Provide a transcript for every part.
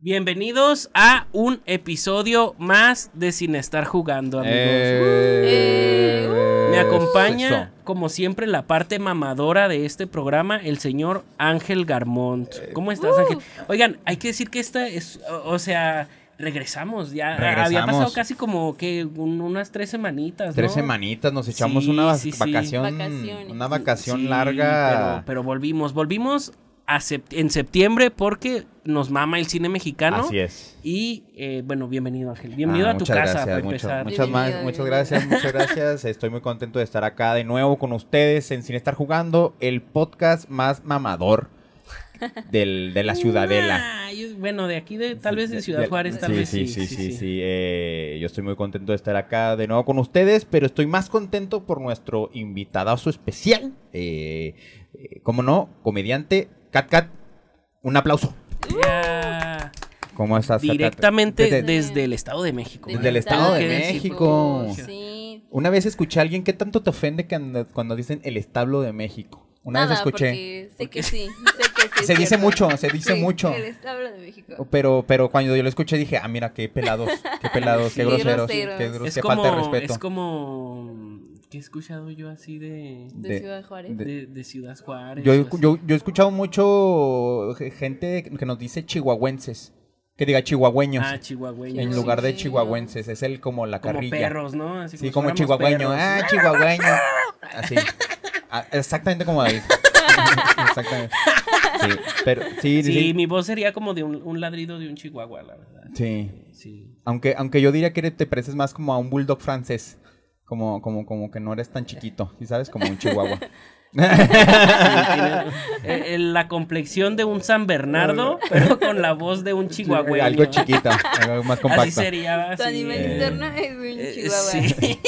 Bienvenidos a un episodio más de Sin Estar Jugando, amigos. Me acompaña, como siempre, la parte mamadora de este programa, el señor Ángel Garmont. ¿Cómo estás, Ángel? Oigan, hay que decir que esta es, regresamos ya. Había pasado casi como que unas 3 semanitas, ¿no? 3 semanitas, nos echamos una vacación larga. Pero volvimos en septiembre porque nos mama el cine mexicano. Así es. Y bueno, bienvenido, Ángel. Bienvenido a tu casa para empezar. Muchas gracias. Estoy muy contento de estar acá de nuevo con ustedes en Sin Estar Jugando, el podcast más mamador de la Ciudadela. Bueno, de aquí, tal vez de Ciudad Juárez, tal vez sí. Yo estoy muy contento de estar acá de nuevo con ustedes, pero estoy más contento por nuestro invitadazo especial. ¿Cómo no? Comediante Cat. Un aplauso. Yeah. ¿Cómo estás, Cat? Directamente desde el Estado de México. Desde el Estado de México. Sí. Una vez escuché a alguien, ¿qué tanto te ofende cuando dicen el establo de México? Una vez escuché. Sé que sí. Se dice mucho. El establo de México. Pero cuando yo lo escuché dije, mira, qué pelados, qué groseros, qué falta de respeto. Es como... ¿Qué he escuchado yo así de Ciudad Juárez? De Ciudad Juárez. Yo he escuchado mucho gente que nos dice chihuahuenses. Que diga chihuahueños. Chihuahueños. En lugar de chihuahuenses. Es como la carrilla. Como perros, ¿no? Así sí, como chihuahueño. Chihuahueño. Así. Exactamente como David. Exactamente. Sí, pero sí. Mi voz sería como de un ladrido de un chihuahua, la verdad. Sí. Aunque yo diría que te pareces más como a un bulldog francés. Como que no eres tan chiquito, ¿sí sabes? Como un chihuahua. La complexión de un San Bernardo, pero con la voz de un chihuahueño. Algo chiquita, algo más compacta. Así sería. Tu animal interno es un chihuahua. Sí.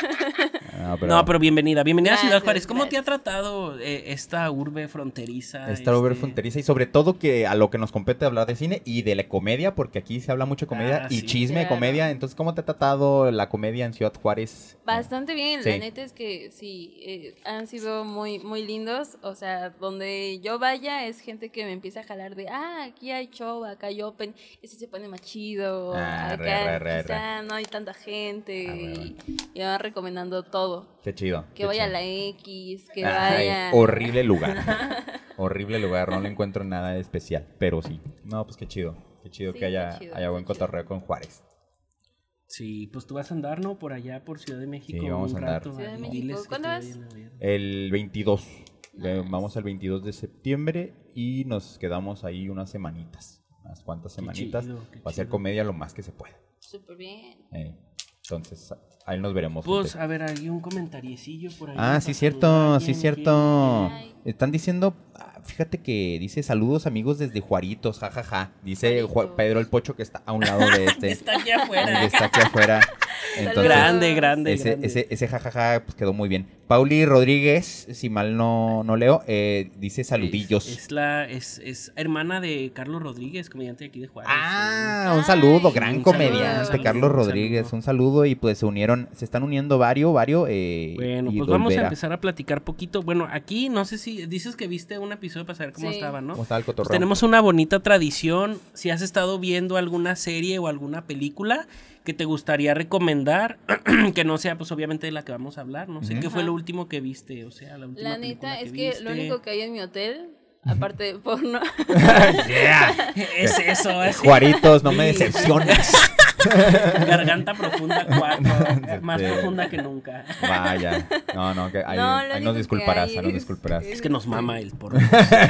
Pero bienvenida a Ciudad Juárez. ¿Cómo te ha tratado esta urbe fronteriza? Esta urbe fronteriza y sobre todo que a lo que nos compete hablar de cine y de la comedia, porque aquí se habla mucho de comedia y chisme de comedia. Entonces, ¿cómo te ha tratado la comedia en Ciudad Juárez? Bastante bien, la neta es que sí, han sido muy, muy lindos. O sea, donde yo vaya es gente que me empieza a jalar de, aquí hay show, acá hay open, ese se pone más chido, acá quizá no hay tanta gente y me van recomendando todo. Qué chido. Que vaya a la X, que vaya... Horrible lugar, no le encuentro nada de especial, pero sí. No, pues qué chido que haya buen cotorreo con Juárez. Sí, pues tú vas a andar, ¿no? Por allá, por Ciudad de México. Sí, vamos a andar. Ciudad de México. ¿Cuándo vas? El 22. Vamos el 22 de septiembre y nos quedamos ahí unas semanitas. Unas cuantas semanitas. Para hacer comedia lo más que se pueda. Súper bien. Entonces, ahí nos veremos. Pues, a ver, hay un comentariecillo por ahí. Sí, cierto. Están diciendo, fíjate que dice saludos amigos desde Juaritos, jajaja. Dice Pedro el Pocho que está a un lado de este. Está aquí afuera. Está aquí afuera. Entonces, grande. Ese jajaja pues quedó muy bien. Pauli Rodríguez, si mal no leo, dice saludillos. Es hermana de Carlos Rodríguez, comediante de aquí de Juárez. Un saludo, gran comediante, Carlos Rodríguez, un saludo y pues se están uniendo varios. Bueno, pues vamos a empezar a platicar poquito. Bueno, aquí no sé si dices que viste un episodio para saber cómo estaba, ¿no? ¿Cómo estaba el cotorreo? Pues tenemos una bonita tradición. Si has estado viendo alguna serie o alguna película que te gustaría recomendar, que no sea pues obviamente de la que vamos a hablar, no sé, ¿qué fue lo último que viste? O sea, la última película que viste. La neta es que lo único que hay en mi hotel, aparte de porno. Es eso. Juaritos, no me decepciones. Garganta profunda 4, más profunda que nunca. Vaya, que ahí nos disculparás, Es que nos mama el porno.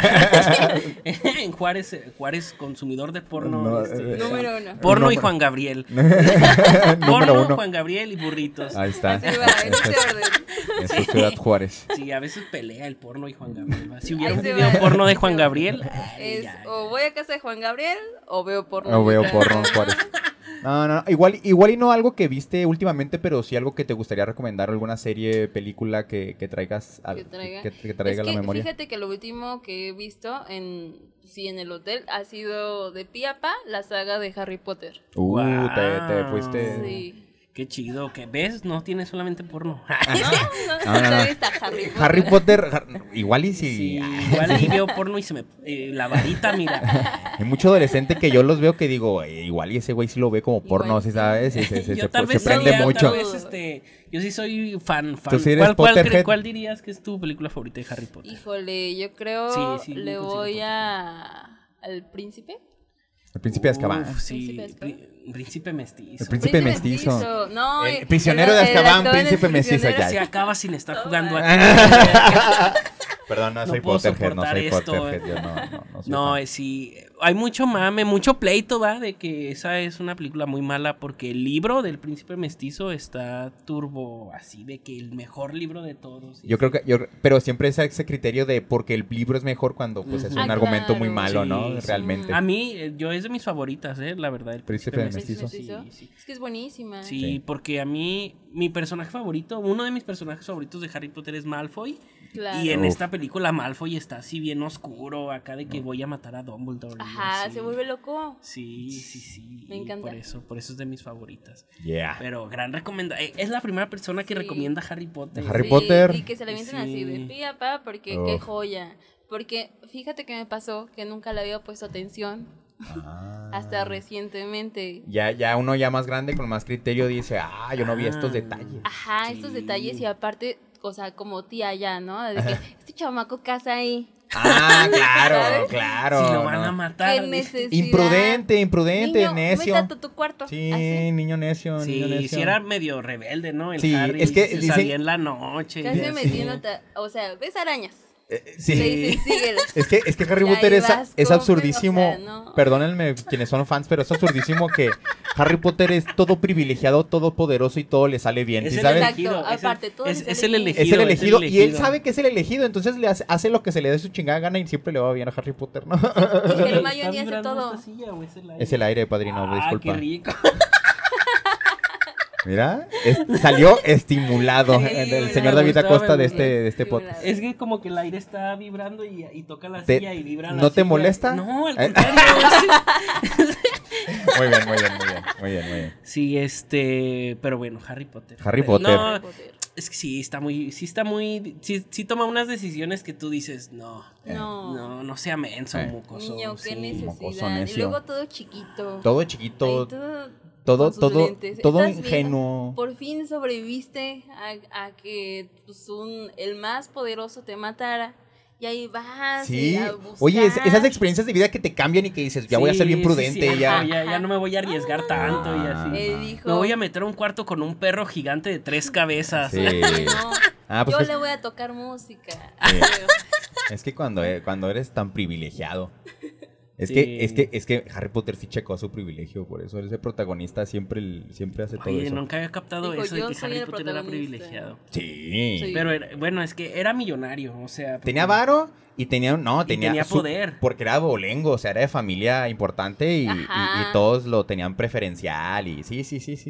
En Juárez consumidor de porno. Número 1. Porno y Juan Gabriel. Porno, Juan Gabriel y burritos. Ahí está. Así va, en ese orden. Eso es Ciudad Juárez. Sí, a veces pelea el porno y Juan Gabriel. Si hubiera un video porno de Juan Gabriel. O voy a casa de Juan Gabriel o veo porno. En Juárez. No, igual y no algo que viste últimamente, pero sí algo que te gustaría recomendar, alguna serie, película que traigas que traiga a la memoria. Fíjate que lo último que he visto en el hotel ha sido de pie a pa la saga de Harry Potter. Te fuiste. Sí. Qué chido, que ves, no tiene solamente porno. Todavía está Harry Potter, igual y si... Sí, igual y veo porno y se me... la varita, mira. Hay mucho adolescente que yo los veo que digo, igual y ese güey sí lo ve como porno, Igual ¿sí sí. sabes? Y se Yo tal vez prende sí, mucho. tal vez, yo sí soy fan. ¿Tú sí eres Potterhead? ¿Cuál dirías que es tu película favorita de Harry Potter? Híjole, yo creo Sí, le yo voy considero al príncipe. El príncipe de Azkaban. Uf, sí, Príncipe de Azkaban. príncipe mestizo. El príncipe mestizo. No, El prisionero de Azkaban, príncipe mestizo, ya. Se acaba sin estar No, jugando man. aquí. Perdón, no No soy puedo Potterhead, no soportar soy esto, Potterhead. Yo no soy No, fan. sí, hay mucho mame, mucho pleito, ¿va? De que esa es una película muy mala porque el libro del príncipe mestizo está turbo, así de que el mejor libro de todos. Yo creo que, pero siempre es ese criterio de porque el libro es mejor cuando pues es un Ah, argumento muy claro. malo, ¿no? Sí, sí. Realmente. A mí, yo es de mis favoritas, la verdad, el Príncipe mestizo. mestizo. Sí, sí. Es que es buenísima. Sí, Sí. porque a mí, mi personaje favorito, uno de mis personajes favoritos de Harry Potter es Malfoy. Claro. Y en Uf. esta película Malfoy está así bien oscuro, acá de que voy a matar a Dumbledore. y Ajá, así. se vuelve loco. Sí. Me encanta. Por eso es de mis favoritas. Yeah. Pero gran recomendación. Es la primera persona que Sí. recomienda Harry Potter. Harry Potter. Y que se la avienten así de Sí. pía, pa, porque Uf. qué joya. Porque fíjate que me pasó que nunca le había puesto atención hasta recientemente. Ya uno ya más grande con más criterio dice, yo no vi estos detalles. Ajá, estos Sí. detalles y aparte, o sea, como tía ya, ¿no? De que este chamaco casa ahí. Claro, ¿Sabes? claro. Si lo van no. a matar. Qué dice. necesidad. Imprudente, Niño, necio. Vete a tu cuarto. Sí, Así. niño necio, niño Sí, necio. sí era medio rebelde, ¿no? El Sí, Harry es que se dicen- salía en la noche. Casi Sí. metiéndote, o sea, ves arañas. Sí. Le dicen, síguelas. Es que Harry Y ahí Potter es vas con- absurdísimo. o sea, no. Perdónenme quienes son fans, pero es absurdísimo que Harry Potter es todo privilegiado, todo poderoso y todo le sale bien. Es ¿Sí el sabes? elegido. Exacto, aparte, todo es, le es sale el bien. elegido. Es el elegido y él sabe que es el elegido, entonces le hace lo que se le dé su chingada gana y siempre le va bien a Harry Potter, ¿no? Y Oye, Hermione ¿está hace vibrando todo. esta silla o es el aire? Es el aire, padrino, Ah, disculpa. qué rico. Mira, salió estimulado Sí, el me señor David gustó, Acosta me de gustó. este podcast. Es que como que el aire está vibrando y toca la Te- silla y vibra la ¿no te silla. molesta? No, al ¿Eh? contrario. Muy bien. Sí, pero bueno, Harry Potter. Harry Potter. No, Harry Potter. es que sí toma unas decisiones que tú dices, no No. sea menso, mocoso. Niño, qué sí. mocoso necesidad. Y necio. luego todo chiquito. Todo Ahí chiquito, con sus lentes. todo ¿Estás bien? ingenuo. Por fin sobreviviste a que pues, el más poderoso te matara. Y ahí vas Sí, a buscar. oye, esas experiencias de vida que te cambian y que dices, ya voy a ser bien Sí, prudente, sí, ya. ajá, ya no me voy a arriesgar tanto y así. Él dijo, Me voy a meter a un cuarto con un perro gigante de 3 cabezas. Sí. no, Pues yo es, le voy a tocar música. Sí. es que cuando eres tan privilegiado. Es Sí. que Harry Potter sí checó su privilegio, por eso ese protagonista siempre hace todo Oye, eso. nunca había captado Dijo, eso de yo que soy Harry el Potter era protagonista. privilegiado. Sí. Pero bueno, es que era millonario, o sea. Tenía varo y tenía tenía poder. Porque era abolengo, o sea, era de familia importante y Ajá. todos lo tenían preferencial y sí.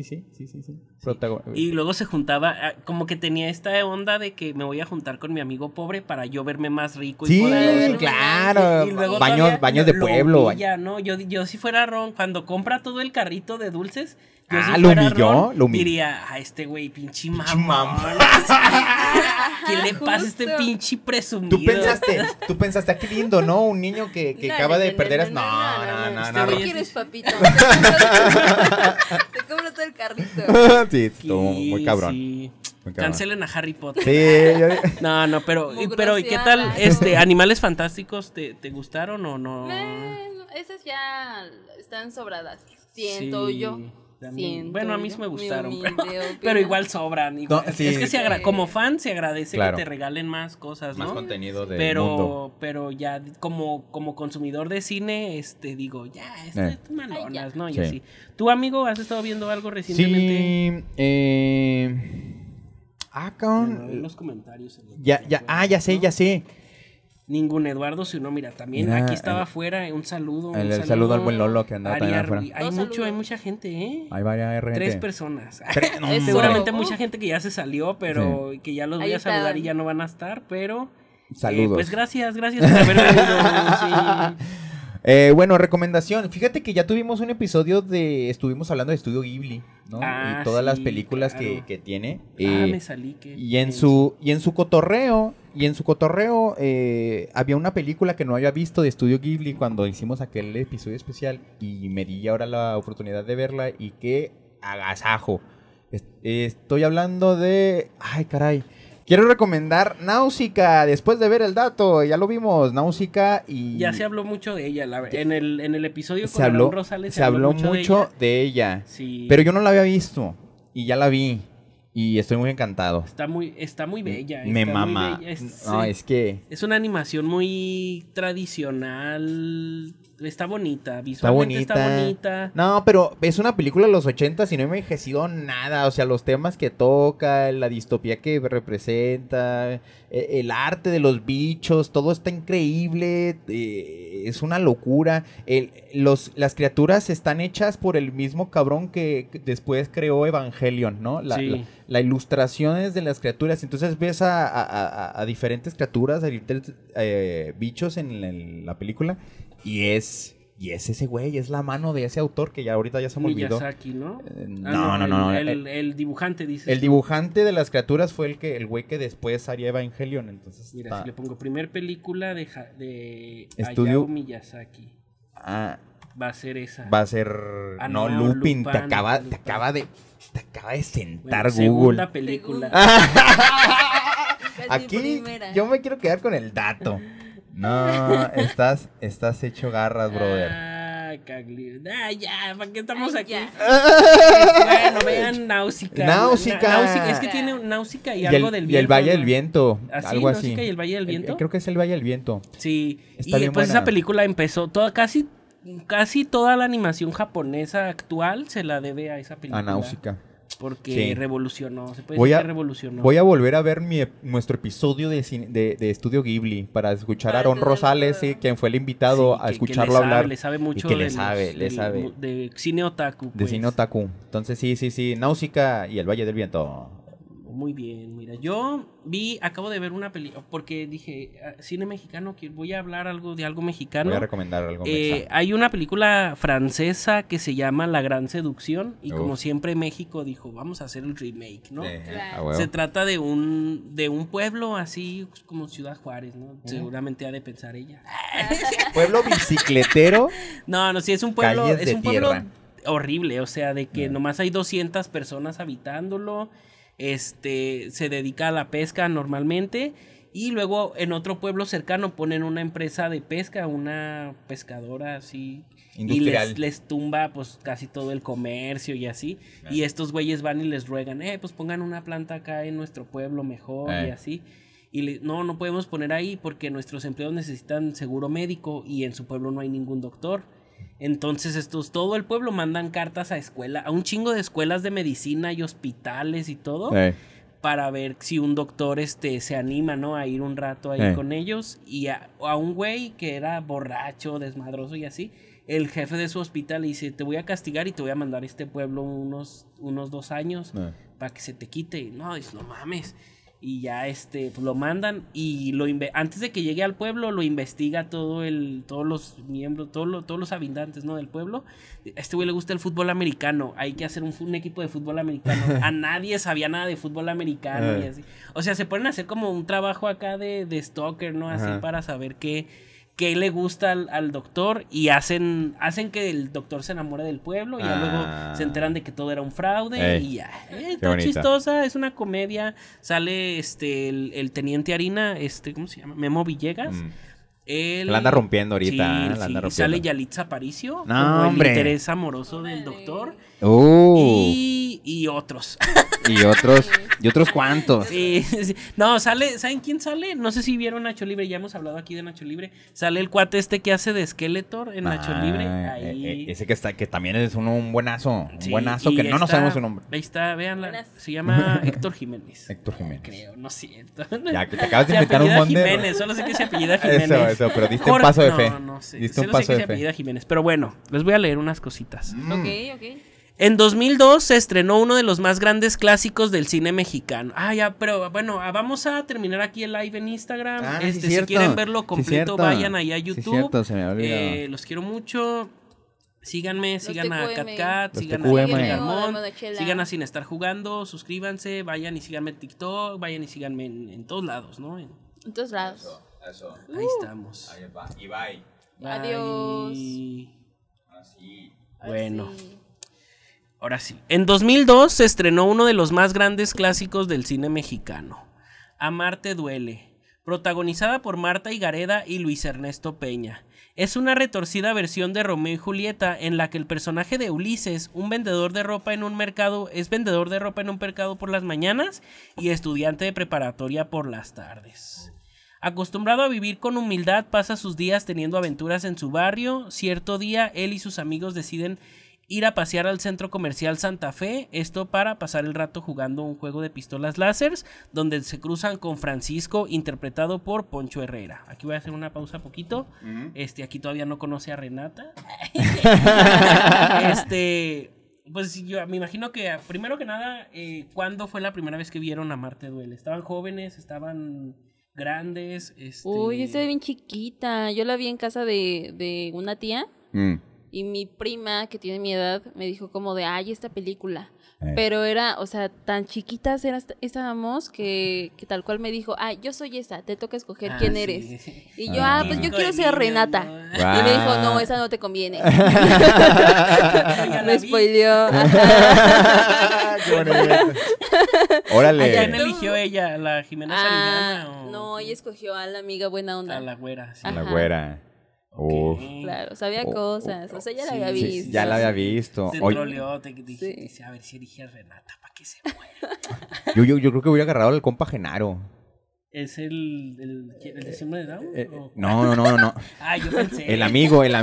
Y luego se juntaba, como que tenía esta onda de que me voy a juntar con mi amigo pobre para yo verme más rico y Sí, poder. claro. Y luego Baños todavía de lo pueblo. humilla, ¿no? Yo si fuera Ron, cuando compra todo el carrito de dulces, yo si ¿lo fuera humilló? Ron, Lo humilló. diría, este güey, pinche mamón. mamón. ¿Qué le pasa a este Justo. pinche presumido? Tú pensaste, qué lindo, ¿no? Un niño que No, acaba no, de no, perder. no, Este ¿Qué güey quieres, papito? Te compro todo el carrito. Sí, estuvo muy cabrón. Sí. Muy cabrón. Cancelen a Harry Potter. Sí, No, pero ¿y qué Mugroseada. tal Animales Fantásticos te gustaron o no? Esas ya están sobradas. Siento Sí, yo. a mí- Siento bueno, a mí yo. sí me Mi gustaron, humilde pero opinión. igual sobran. Igual. No, sí. Es que como fan se agradece Claro. que te regalen más cosas, Más ¿no? contenido del mundo. Pero ya como consumidor de cine, digo, ya, Eh. malonas, ¿no? Y Sí. así. ¿Tú, amigo, has estado viendo algo recientemente? Sí, cabrón. Bueno, en los comentarios. Ya sé. Ningún Eduardo, sino mira, también Mira, aquí estaba afuera, un saludo. el saludo al buen Lolo que andaba también Ariar afuera. Ruiz. Dos saludos. Hay mucha gente, ¿eh? Hay varias gente. 3 personas. No, Eso. Seguramente Uf. mucha gente que ya se salió, pero que ya los voy Ahí a saludar están. y ya no van a estar, pero Saludos. pues gracias por haber venido. Sí. Bueno, recomendación. Fíjate que ya tuvimos un episodio estuvimos hablando de Estudio Ghibli, ¿no? Y todas las películas claro. que tiene. Me salí que... Y en su cotorreo, había una película que no había visto de Estudio Ghibli cuando hicimos aquel episodio especial y me di ahora la oportunidad de verla y qué agasajo. Estoy hablando de... Ay, caray. Quiero recomendar Náusica, después de ver el dato, ya lo vimos, Náusica y... Ya se habló mucho de ella, en el episodio con habló, Aaron Rosales se habló mucho de ella, sí. Pero yo no la había visto y ya la vi y estoy muy encantado. Está muy bella. Me mama. No, es que... Es una animación muy tradicional... Está bonita, visualmente está bonita. No, pero es una película de los 80 y no he envejecido nada. O sea, los temas que toca, la distopía que representa, el arte de los bichos, todo está increíble. Es una locura. Las criaturas están hechas por el mismo cabrón que después creó Evangelion, ¿no? La ilustraciones de las criaturas. Entonces ves a diferentes criaturas, a diferentes bichos en la película. Y es ese güey, es la mano de ese autor que ya ahorita ya se me olvidó. Miyazaki, ¿no? No. El dibujante, dice. El dibujante de las criaturas fue el güey que después haría Evangelion, entonces... Mira, si le pongo primer película de Estudio Hayao Miyazaki. Va a ser esa. Va a ser... Lupin. Te acaba de sentar Google. Segunda película. Aquí yo me quiero quedar con el dato. No, estás hecho garras, brother. Ya, ¿para qué estamos aquí? Ya. Bueno, vean Náusica. Es que tiene Náusica y algo del viento. Y el Valle del Viento, algo así. Náusica y el Valle del Viento. Creo que es el Valle del Viento. Sí, está y bien pues buena. Esa película empezó casi toda la animación japonesa actual se la debe a esa película. A Náusica. Porque revolucionó, se puede Voy decir que revolucionó. Voy a volver a ver nuestro episodio de Estudio Ghibli para escuchar a Aaron Rosales, quien fue el invitado a escucharlo hablar. Le sabe mucho y que le sabe. De cine otaku. De cine otaku. Entonces sí, Náusica y el Valle del Viento. Muy bien, mira, acabo de ver una película, porque dije, cine mexicano, voy a hablar de algo mexicano. Voy a recomendar algo mexicano. Hay una película francesa que se llama La Gran Seducción, y como siempre México dijo, vamos a hacer el remake, ¿no? Claro. Se trata de un pueblo así como Ciudad Juárez, ¿no? Seguramente ha de pensar ella. ¿Pueblo bicicletero? No, sí, es un pueblo tierra. Horrible, o sea, de que nomás hay 200 personas habitándolo. Se dedica a la pesca normalmente y luego en otro pueblo cercano ponen una empresa de pesca, una pescadora así industrial. Y les tumba pues casi todo el comercio y así y estos güeyes van y les ruegan, pues pongan una planta acá en nuestro pueblo mejor y así y no podemos poner ahí porque nuestros empleados necesitan seguro médico y en su pueblo no hay ningún doctor. Entonces todo el pueblo mandan cartas a un chingo de escuelas de medicina y hospitales y todo para ver si un doctor se anima, ¿no? A ir un rato ahí con ellos y a un güey que era borracho, desmadroso y así, el jefe de su hospital le dice, te voy a castigar y te voy a mandar a este pueblo unos 2 años para que se te quite. No, dice, no mames. Y ya pues lo mandan y antes de que llegue al pueblo lo investiga todos los miembros, todos los habitantes, ¿no? Del pueblo. A este güey le gusta el fútbol americano, hay que hacer un equipo de fútbol americano. A nadie sabía nada de fútbol americano y así. O sea, se ponen a hacer como un trabajo acá de stalker, ¿no? Así para saber qué le gusta al doctor y hacen que el doctor se enamore del pueblo y ya luego se enteran de que todo era un fraude y ya. Está chistosa, es una comedia. Sale el teniente Harina, ¿cómo se llama? Memo Villegas. La anda rompiendo ahorita. Sí, la anda rompiendo. Sale Yalitza Aparicio como el interés amoroso del doctor. Y otros. ¿Y otros cuántos? Sí. No, ¿saben quién sale? No sé si vieron Nacho Libre, ya hemos hablado aquí de Nacho Libre. Sale el cuate que hace de Skeletor en Nacho Libre. Ahí. Ese que también es un buenazo. Sí, un buenazo que no sabemos su nombre. Ahí está, véanla. Se llama Héctor Jiménez. Héctor Jiménez. Creo, no siento. Ya, que te acabas de inventar un montón de... Jiménez, solo sé que se apellida Jiménez. Eso, pero diste un paso de fe. No sé. Diste un Solo paso sé que de se fe. apellida Jiménez. Pero bueno, les voy a leer unas cositas. Ok. En 2002 se estrenó uno de los más grandes clásicos del cine mexicano. Ya, pero bueno, vamos a terminar aquí el live en Instagram. Sí, si quieren verlo completo, vayan ahí a YouTube. Sí, cierto, se me había olvidado. Los quiero mucho. Síganme, sigan a CatCat, sigan a TQM. Ángel Garmont, sigan a Sin Estar Jugando, suscríbanse, vayan y síganme en TikTok, vayan y síganme en todos lados, ¿no? En todos lados. Eso. Ahí estamos. Ahí va. Y bye. Adiós. Así. Bueno. Ahora sí. En 2002 se estrenó uno de los más grandes clásicos del cine mexicano, Amarte duele, protagonizada por Marta Higareda y Luis Ernesto Peña. Es una retorcida versión de Romeo y Julieta en la que el personaje de Ulises, un vendedor de ropa en un mercado, es vendedor de ropa en un mercado por las mañanas y estudiante de preparatoria por las tardes. Acostumbrado a vivir con humildad, pasa sus días teniendo aventuras en su barrio. Cierto día, él y sus amigos deciden ir a pasear al centro comercial Santa Fe, esto para pasar el rato jugando un juego de pistolas láseres, donde se cruzan con Francisco, interpretado por Poncho Herrera. Aquí voy a hacer una pausa poquito. Aquí todavía no conoce a Renata. Pues yo me imagino que, primero que nada, ¿cuándo fue la primera vez que vieron Amarte duele? ¿Estaban jóvenes? ¿Estaban grandes? Uy, yo estaba bien chiquita. Yo la vi en casa de una tía. Y mi prima, que tiene mi edad, me dijo como de, esta película. Pero era, o sea, tan chiquitas estábamos que tal cual me dijo, yo soy esa, te toca escoger quién eres. Y yo, pues yo quiero ser Renata. Y me dijo, no, esa no te conviene. Me spoileó. Órale. ¿Quién eligió ella? ¿La Jimena Sariñana? No, ella escogió a la amiga buena onda. A la güera, sí. A la güera. Claro, sabía cosas, o sea, ya la había visto. Sí, ya la había visto. Te troleó, te dice, a ver si elige a Renata para que se muera. Yo creo que hubiera agarrado al compa Genaro. ¿Es el de síndrome de Down? No. Yo pensé. El amigo, el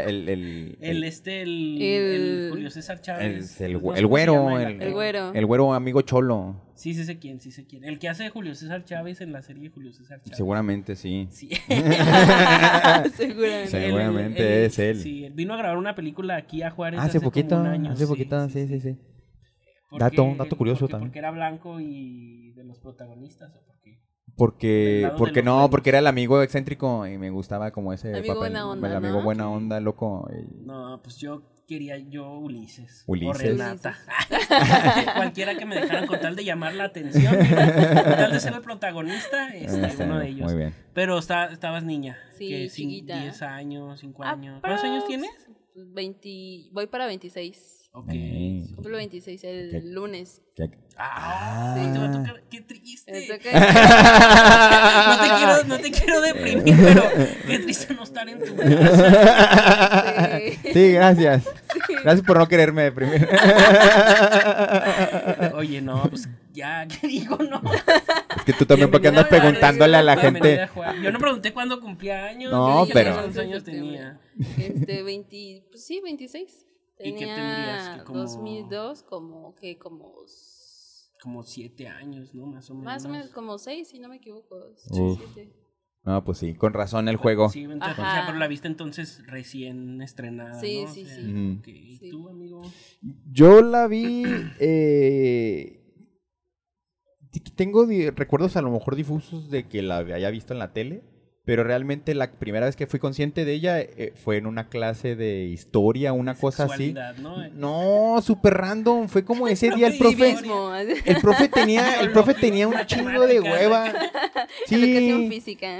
Julio César Chávez. El güero, el güero amigo cholo. Sí sé quién. El que hace Julio César Chávez en la serie de Julio César Chávez. Seguramente sí. Seguramente es él. Sí, él vino a grabar una película aquí a Juárez hace poquito, como un año. sí. Dato curioso también. Porque era blanco y de los protagonistas, ¿o por qué? Porque era el amigo excéntrico y me gustaba como ese amigo papel. Buena onda, el amigo buena onda, loco. No, pues yo quería Ulises. Ulises. O Renata. Cualquiera que me dejaran con tal de llamar la atención. Con tal de ser el protagonista, uno de ellos. Muy bien. Pero estabas niña. Sí, chiquita. 10 años, 5 años. ¿Cuántos años tienes? 20, voy para 26. Ok. Cumplo 26 el lunes. Sí. Te va a tocar. Qué triste. No te quiero deprimir, pero qué triste no estar en tu casa. Sí, gracias. Sí. Gracias por no quererme deprimir. Oye, no, pues ya, ¿qué digo? No. Es que tú también, porque andas preguntándole a la gente. Yo no pregunté cuándo cumplía años. No, pero. ¿Cuántos años tenía? 20, pues sí, 26. ¿Y qué tendrías? Que como 2002, como 7 años, ¿no? Más o menos. Más o menos, como 6, si no me equivoco. 7. No, pues sí, con razón el juego. Sí, pero la viste entonces recién estrenada, sí, ¿no? Sí. Okay. ¿Y tú, amigo? Yo la vi... tengo recuerdos a lo mejor difusos de que la haya visto en la tele. Pero realmente la primera vez que fui consciente de ella fue en una clase de historia, una cosa así. No, súper random. Fue como ese día el profe tenía un chingo de hueva. Sí. Educación física.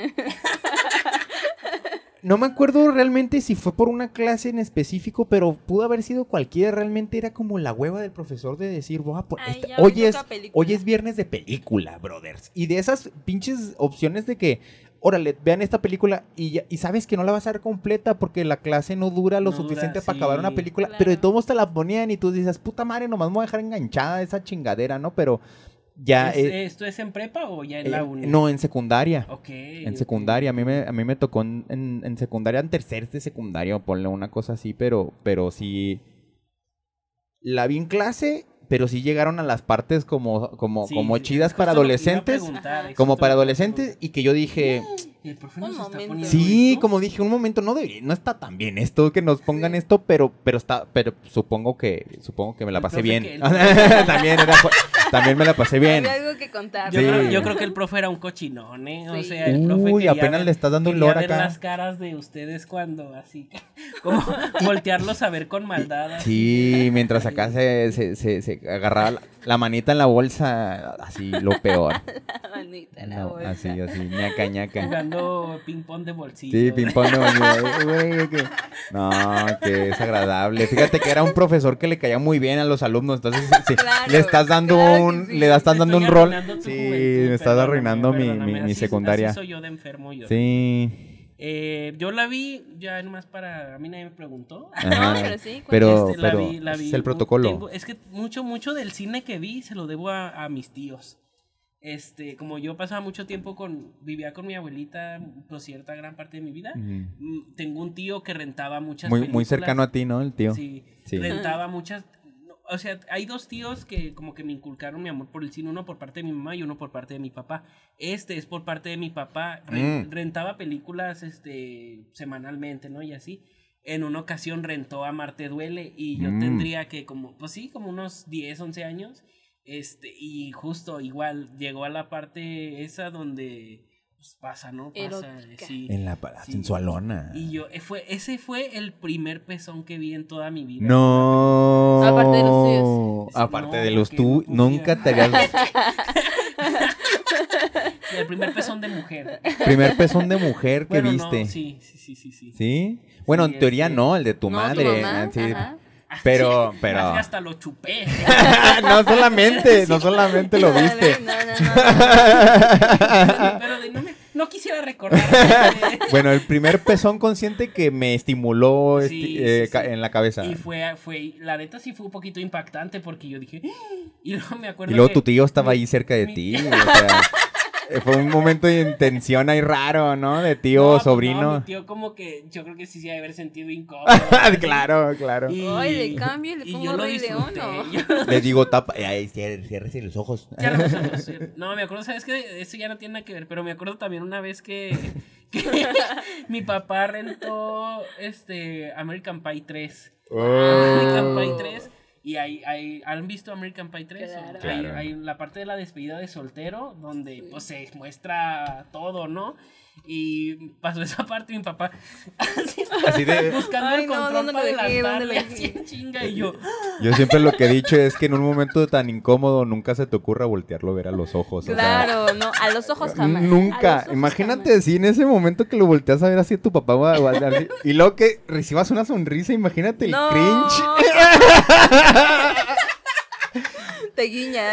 No me acuerdo realmente si fue por una clase en específico, pero pudo haber sido cualquiera. Realmente era como la hueva del profesor de decir, hoy es viernes de película, brothers. Y de esas pinches opciones de que... Órale, vean esta película y sabes que no la vas a ver completa porque la clase no dura lo suficiente para acabar una película, claro. Pero de todos modos te la ponían y tú dices, puta madre, nomás me voy a dejar enganchada esa chingadera, ¿no? Pero ya... ¿Esto es en prepa o ya en la uni? No, en secundaria. En secundaria. A mí me tocó en secundaria, en tercer de secundaria, ponle una cosa así, pero sí... La vi en clase... pero sí llegaron a las partes como Sí, chidas justo para lo que iba a adolescentes. preguntar, eso Como te para lo iba a adolescentes, y que yo dije, Y el profe Un nos está momento. poniendo sí, esto. como dije, un momento, no está tan bien esto, que nos pongan esto, pero supongo que me la El pasé profe bien. que- el También me la pasé bien. Había algo que contar. Yo, Sí. yo creo que el profe era un cochinón, ¿eh? O Sí. sea, el profe Uy, quería apenas ver- le estás dando un quería lore ver acá. las caras de ustedes cuando así, como voltearlos a ver con maldad. así. Sí, mientras acá se agarraba la manita en la bolsa, así, lo peor. La manita en la No, bolsa. así, ñaca. Jugando ping pong de bolsillo. Sí, ping-pong de bolsillo, güey, que- No, que desagradable. Fíjate que era un profesor que le caía muy bien a los alumnos, entonces sí, Claro, le estás dando claro que sí. le estás Te dando estoy un rol. arruinando tu Sí, juventud, me estás perdóname, arruinando perdóname, mi así- secundaria. Así soy yo de enfermo yo. Sí. Yo la vi, ya nomás para... A mí nadie me preguntó. Ajá. No, pero sí, Pero, La pero vi, ese es el protocolo. Es que mucho del cine que vi se lo debo a mis tíos. Como yo pasaba mucho tiempo vivía con mi abuelita, pues cierta gran parte de mi vida. Ujú. Tengo un tío que rentaba muchas Muy películas. cercano a ti, ¿no? El tío. Sí, Sí. rentaba muchas. O sea, hay dos tíos que como que me inculcaron mi amor por el cine, uno por parte de mi mamá y uno por parte de mi papá. Este es por parte de mi papá, rentaba películas semanalmente, ¿no? Y así. En una ocasión rentó Amarte Duele y yo tendría que como unos 10, 11 años. Y justo igual llegó a la parte esa donde pues, pasa, ¿no? Pasa, Erótica. sí. En la Sí. sensualona. Y ese fue el primer pezón que vi en toda mi vida. No. Aparte de los tuyos. Sí, Aparte no, de los porque tú, no podía. nunca te habías... Y el primer pezón de mujer. Primer pezón de mujer que Bueno, viste. no, sí. ¿Sí? Bueno, Sí, en teoría no, el de tu No, madre. tu mamá, Sí. ajá. Pero... Hasta lo chupé. no solamente lo viste. No. Pero no quisiera recordar. Bueno, el primer pezón consciente que me estimuló Sí. en la cabeza. Y la neta sí fue un poquito impactante porque yo dije, y luego me acuerdo Y luego que tu tío estaba mi- ahí cerca de mi- ti. O sea, fue un momento de tensión ahí raro, ¿no? De tío, No, pues sobrino. no, mi tío como que yo creo que sí se debe haber sentido incómodo. Claro. Ay, le cambio y le y pongo yo lo Rey León, disfruté. ¿no? Le digo, tapa. Ay, ciérrese los ojos. Ya lo usamos. No, me acuerdo, ¿sabes qué? Eso ya no tiene nada que ver, pero me acuerdo también una vez que mi papá rentó American Pie 3. American Pie 3. Y ¿han visto American Pie 3? Claro. Hay la parte de la despedida de soltero donde pues se muestra todo, ¿no? Y pasó esa parte y mi papá Así de... buscando Ay, el no, control ¿dónde lo para dejé? ¿Dónde lo adelantarle así dejé? en chinga y yo... Yo siempre lo que he dicho es que en un momento tan incómodo nunca se te ocurra voltearlo a ver a los ojos. o sea, Claro, no, a los ojos jamás. A nunca. los ojos Imagínate jamás. si en ese momento que lo volteas a ver así a tu papá y luego que recibas una sonrisa, imagínate el No. cringe. Te guiña,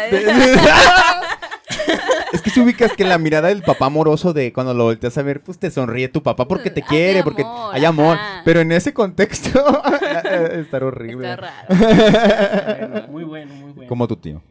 Es que si ubicas que la mirada del papá amoroso de cuando lo volteas a ver, pues te sonríe tu papá porque te Hay quiere, porque amor, hay amor. ajá. Pero en ese contexto, estar horrible. Está raro. Bueno, muy bueno. Como tu tío.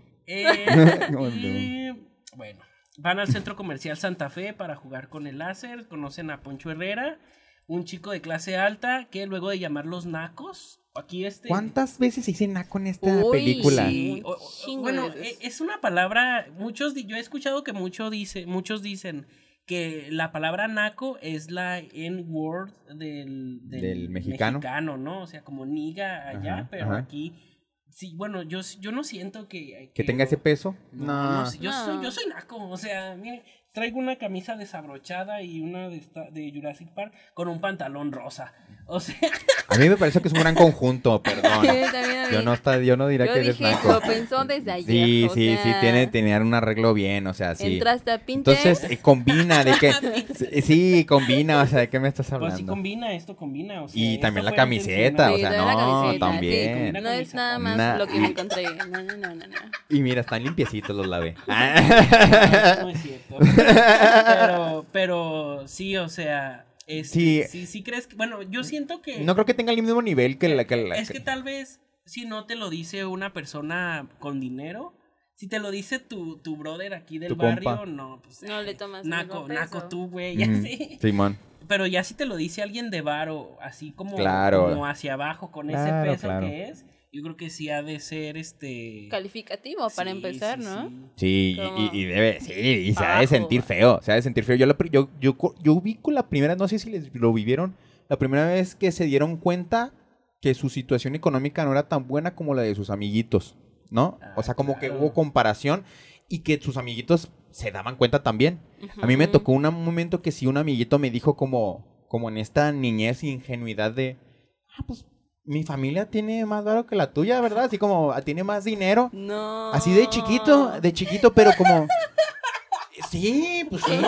Y bueno, van al centro comercial Santa Fe para jugar con el láser, conocen a Poncho Herrera, un chico de clase alta que luego de llamarlos nacos, aquí ¿Cuántas veces se dice naco en esta Uy, película? Sí, Un chingo bueno, de veces. es una palabra, yo he escuchado que muchos dicen que la palabra naco es la N-word del mexicano. ¿no? O sea, como niga allá, Ajá, pero ajá. aquí, sí, bueno, yo no siento que ¿Que tenga ese peso? no sé, yo No. soy naco, o sea, miren, traigo una camisa desabrochada y una de Jurassic Park con un pantalón rosa, o sea... A mí me parece que es un gran conjunto, perdón. Sí, también a mí. Yo no diría Yo que eres dije, naco. lo pensó desde ayer. Sí, o sí, sea, tenían un arreglo bien, o sea, sí. Entraste a Pinterest. Entonces, combina, de que... Sí, combina, o sea, ¿de qué me estás hablando? Pues sí combina, esto combina, o sea... Y esto también la fue camiseta, o Sí, sea, toda la no, camiseta, también. sí, Una no es camisa. nada más lo que me encontré. No. Y mira, están limpiecitos los lavé. intencional. No es cierto. Pero sí, o sea... Sí. Sí crees que... Bueno, yo siento que... No creo que tenga el mismo nivel que la... Es que tal vez si no te lo dice una persona con dinero, si te lo dice tu brother aquí del Tu barrio, compa. no, pues No le tomas el naco mismo peso. tú, güey, Ujú, así. Simón. Pero ya si te lo dice alguien de varo, así como, Claro. como hacia abajo con Claro, ese peso claro. que es, yo creo que sí ha de ser calificativo para Sí, empezar, sí, ¿no? sí. Sí, Como y debe, sí, y se ha de abajo, sentir feo, se ha de sentir feo. Yo ubico la primera, no sé si lo vivieron, la primera vez que se dieron cuenta que su situación económica no era tan buena como la de sus amiguitos, ¿no? O sea, como que claro. hubo comparación y que sus amiguitos se daban cuenta también. A mí me tocó un momento que sí un amiguito me dijo como en esta niñez e ingenuidad de, pues mi familia tiene más varo que la tuya, ¿verdad? Así como tiene más dinero. No. Así de chiquito, pero como... Sí, pues sí.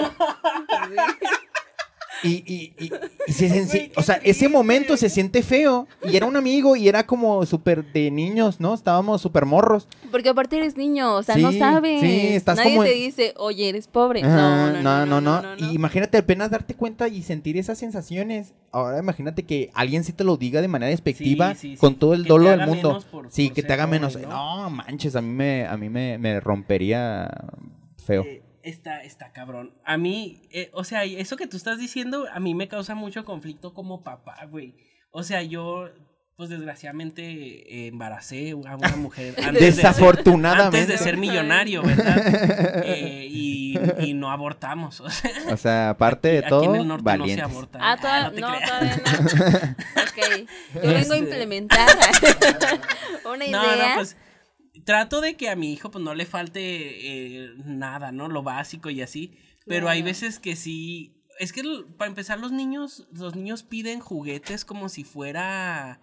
Y o sea, ese momento se siente feo. Y era un amigo y era como súper de niños, ¿no? Estábamos súper morros. Porque aparte eres niño, o sea, Sí, no sabes. sí, estás Nadie como te en- dice, oye, eres pobre. Ajá, No. Y imagínate apenas darte cuenta y sentir esas sensaciones. Ahora imagínate que alguien sí te lo diga de manera despectiva, Sí, con todo el que dolo te del haga mundo. menos Sí, por que te ser haga pobre, menos. No, manches, a mí me rompería feo. Está cabrón. A mí, o sea, eso que tú estás diciendo, a mí me causa mucho conflicto como papá, güey. O sea, yo, pues desgraciadamente, embaracé a una mujer Desafortunadamente. antes de ser millonario, ¿verdad? Y no abortamos. O sea, O sea, aparte de aquí todo, en el norte valientes. no se aborta. Ah, no te no, creas. todavía no. Ok. Yo vengo a implementar una idea. No, pues trato de que a mi hijo pues no le falte nada, ¿no? Lo básico y así. Pero hay Claro. veces que sí. Es que para empezar los niños piden juguetes como si fuera.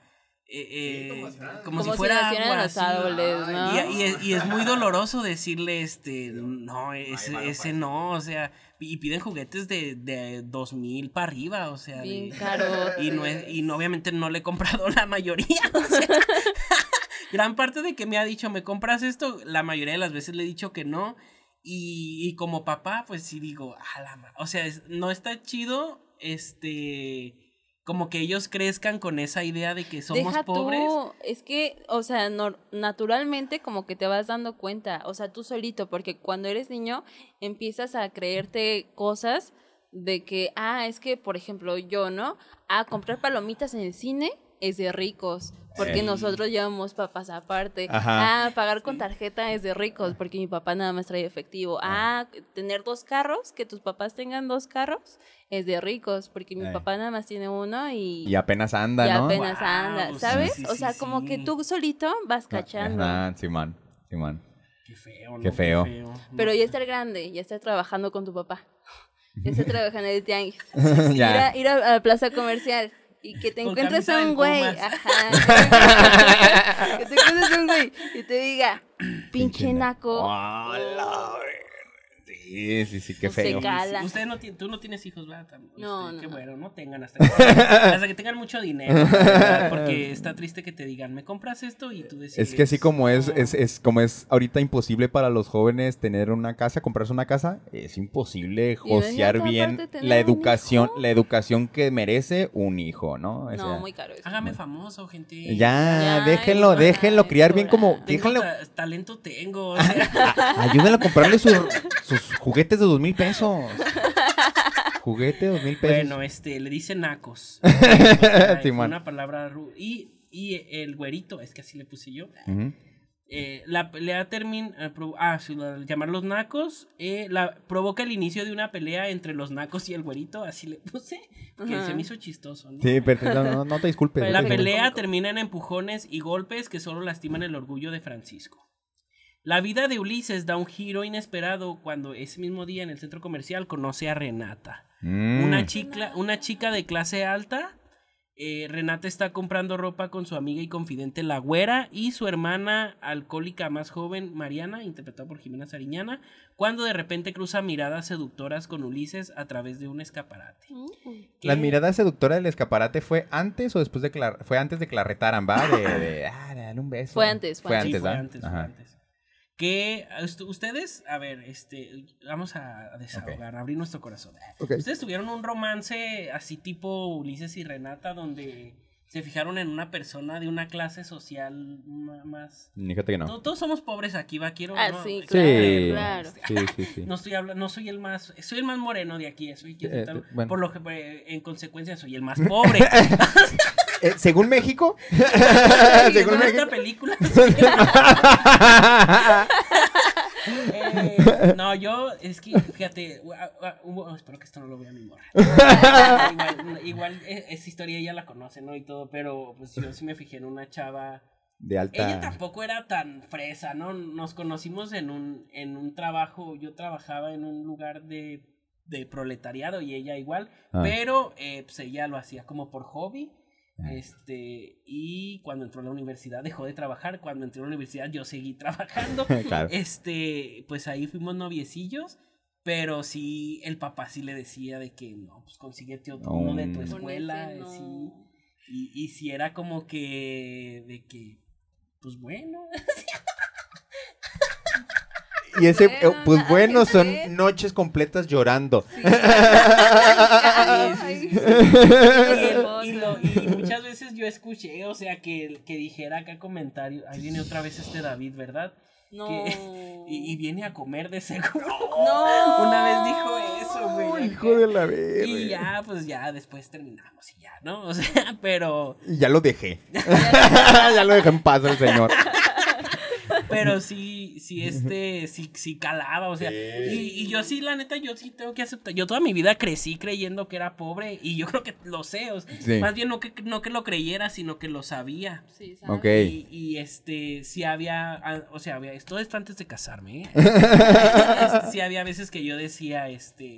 Como si fuera nacieran agua, los así. árboles, ¿no? Y es muy doloroso decirle, no, ese no, o sea, y piden juguetes de 2,000 para arriba, o sea, Bien caro. y no, obviamente no le he comprado la mayoría, o sea, gran parte de que me ha dicho, ¿me compras esto? La mayoría de las veces le he dicho que no, y como papá, pues sí digo, o sea, no está chido, como que ellos crezcan con esa idea de que somos Deja pobres. tú, es que, o sea, naturalmente como que te vas dando cuenta, o sea, tú solito, porque cuando eres niño empiezas a creerte cosas de que, es que, por ejemplo, yo, ¿no? Comprar palomitas en el cine es de ricos, porque nosotros llevamos papas aparte. Ajá. Pagar con tarjeta es de ricos, porque mi papá nada más trae efectivo. Tener 2 carros, que tus papás tengan 2 carros, es de ricos, porque mi papá nada más tiene uno y apenas anda, y ¿no? apenas Wow, anda, ¿sabes? sí, O sea, sí, como sí. que tú solito vas cachando. Ajá, Simón. Qué feo, ¿no? Qué feo. Pero ya estar grande, ya estar trabajando con tu papá. Ya estar trabajando en el tianguis. Ya. Ir a la plaza comercial y que te Con encuentres camisa a un del güey. Pumas. Ajá. Que te encuentres a un güey y te diga, pinche naco. ¡Hola! Sí, qué No se feo. cala. Tú no tienes hijos, ¿verdad? No, Qué no. bueno, no tengan hasta que tengan mucho dinero, ¿verdad? Porque está triste que te digan, ¿me compras esto? Y tú decides. Es que así como no. es como es ahorita imposible para los jóvenes tener una casa, comprarse una casa, es imposible josear imagínate, bien aparte, tener la un educación, hijo. la educación que merece un hijo, ¿no? O No, sea, muy caro eso. Hágame famoso, gente. ya, Ya, déjenlo es criar bien hora. como, Tengo déjenlo, talento tengo. O sea, ayúdenlo a comprarle sus juguetes de 2,000 pesos. Juguete de 2,000 pesos. bueno, le dicen nacos. O sea, fue Simón. una palabra y el güerito, es que así le puse yo. Ujú. La pelea termina. Llamarlos nacos. Provoca el inicio de una pelea entre los nacos y el güerito. Así le puse. Que Ajá. se me hizo chistoso, ¿no? Sí, pero no te disculpes. Pero La no te disculpes. pelea cómico. termina en empujones y golpes que solo lastiman el orgullo de Francisco. La vida de Ulises da un giro inesperado cuando ese mismo día en el centro comercial conoce a Renata. Una chica de clase alta. Renata está comprando ropa con su amiga y confidente La Güera y su hermana alcohólica más joven, Mariana, interpretada por Jimena Sariñana, cuando de repente cruza miradas seductoras con Ulises a través de un escaparate. La Que- mirada seductora del escaparate fue antes o después de que fue antes de que la retaran, ¿va? Dale un beso. Fue antes, Fue Sí, antes, fue ¿va? antes, fue Ajá. antes. Que ustedes, a ver, vamos a desahogar, abrir nuestro corazón. Ok. Ustedes tuvieron un romance así tipo Ulises y Renata donde se fijaron en una persona de una clase social más... Fíjate que no. Todos somos pobres aquí, va, quiero... Ah, no, sí, Sí, claro. sí. No estoy hablando, no soy el más, soy el más moreno de aquí, bueno. por lo que en consecuencia soy el más pobre. según México. Según esta película. No, yo, es que, fíjate, espero que esto no lo vea mi morra. Igual esa historia ella la conoce, ¿no? Y todo, pero pues yo sí me fijé en una chava. De alta. Ella tampoco era tan fresa, ¿no? Nos conocimos en un trabajo, yo trabajaba en un lugar de proletariado y ella igual, pero pues ella lo hacía como por hobby. Y cuando entró a la universidad dejó de trabajar. Cuando entró a la universidad yo seguí trabajando. Claro. Pues ahí fuimos noviecillos. Pero sí, el papá sí le decía de que no, pues consíguete otro uno de tu escuela. No. Sí. Y sí era como que de que, pues bueno. Y ese, Bueno, pues nada bueno, que son ver. noches completas llorando. Sí. Sí. Y muchas veces yo escuché, o sea, que dijera acá comentario, ahí viene otra vez este David, ¿verdad? No. Y viene a comer de seguro. No. Una vez dijo eso, güey. Hijo de la verga. Y ya, pues ya después terminamos y ya, ¿no? O sea, pero... Y ya lo dejé. Ya lo dejé en paz el señor. Pero sí calaba, o sea, y yo sí, la neta, yo sí tengo que aceptar, yo toda mi vida crecí creyendo que era pobre, y yo creo que lo sé, o sea, Sí. más bien no que lo creyera, sino que lo sabía. Sí, ¿sabes? Ok. Y sí había, o sea, todo esto antes de casarme, ¿eh? Sí había veces que yo decía,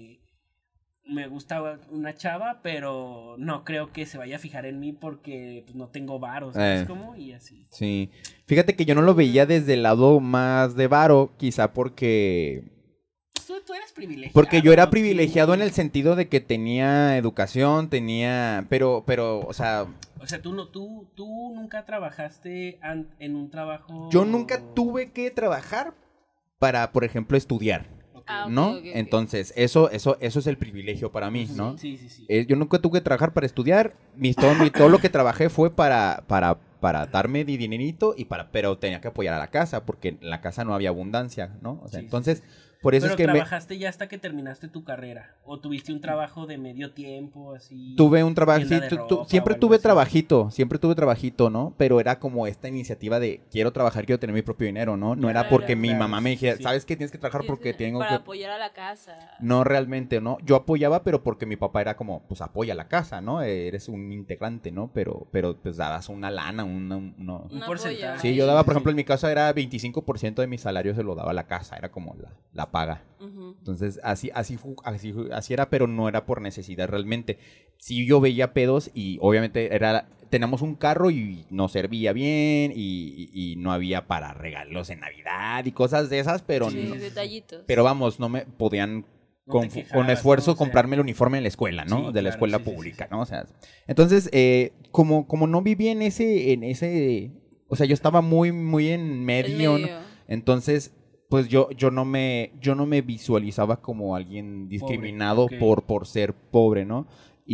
me gustaba una chava, pero no creo que se vaya a fijar en mí porque pues, no tengo varo, ¿sabes cómo? Y así. Sí. Fíjate que yo no lo veía desde el lado más de varo, quizá porque... Tú eres privilegiado. Porque yo era ¿no? privilegiado Sí. en el sentido de que tenía educación, pero, o sea... O sea, tú nunca trabajaste en un trabajo... Yo nunca tuve que trabajar para, por ejemplo, estudiar. Ah, ok, ¿No? ok, ok. Entonces, eso es el privilegio para mí, ¿no? Sí. Yo nunca tuve que trabajar para estudiar. Todo lo que trabajé fue para darme dinerito pero tenía que apoyar a la casa porque en la casa no había abundancia, ¿no? O sea, Sí, entonces, por eso Pero es que trabajaste ya hasta que terminaste tu carrera. ¿O tuviste un trabajo de medio tiempo, así? tuve un trabajo, tienda sí, de ropa siempre o algo tuve trabajito, ¿no? Pero era como esta iniciativa de quiero trabajar, quiero tener mi propio dinero, ¿no? No era Claro, porque mi claro, mamá me dijera, sí. ¿sabes qué? Tienes que trabajar porque tengo para que... apoyar a la casa. No realmente, ¿no? Yo apoyaba, pero porque mi papá era como, pues apoya la casa, ¿no? Eres un integrante, ¿no? Pero pues dabas una lana, Un Un porcentaje. apoyo. Sí, yo daba, por ejemplo, en mi casa era 25% de mi salario se lo daba a la casa, era como la paga. Ujú. Entonces, así era, pero no era por necesidad realmente. Sí, yo veía pedos y obviamente teníamos un carro y no servía bien y no había para regalos en Navidad y cosas de esas, pero Sí, no- detallitos. pero vamos, no me podían No te con quejabas, esfuerzo ¿no? O sea, comprarme el uniforme en la escuela, ¿no? Sí, De la claro, escuela sí, sí, pública, sí. ¿no? O sea, entonces, como no viví en ese, o sea, yo estaba muy en medio, ¿no? Entonces, pues yo no me visualizaba como alguien discriminado ok. por ser pobre, ¿no?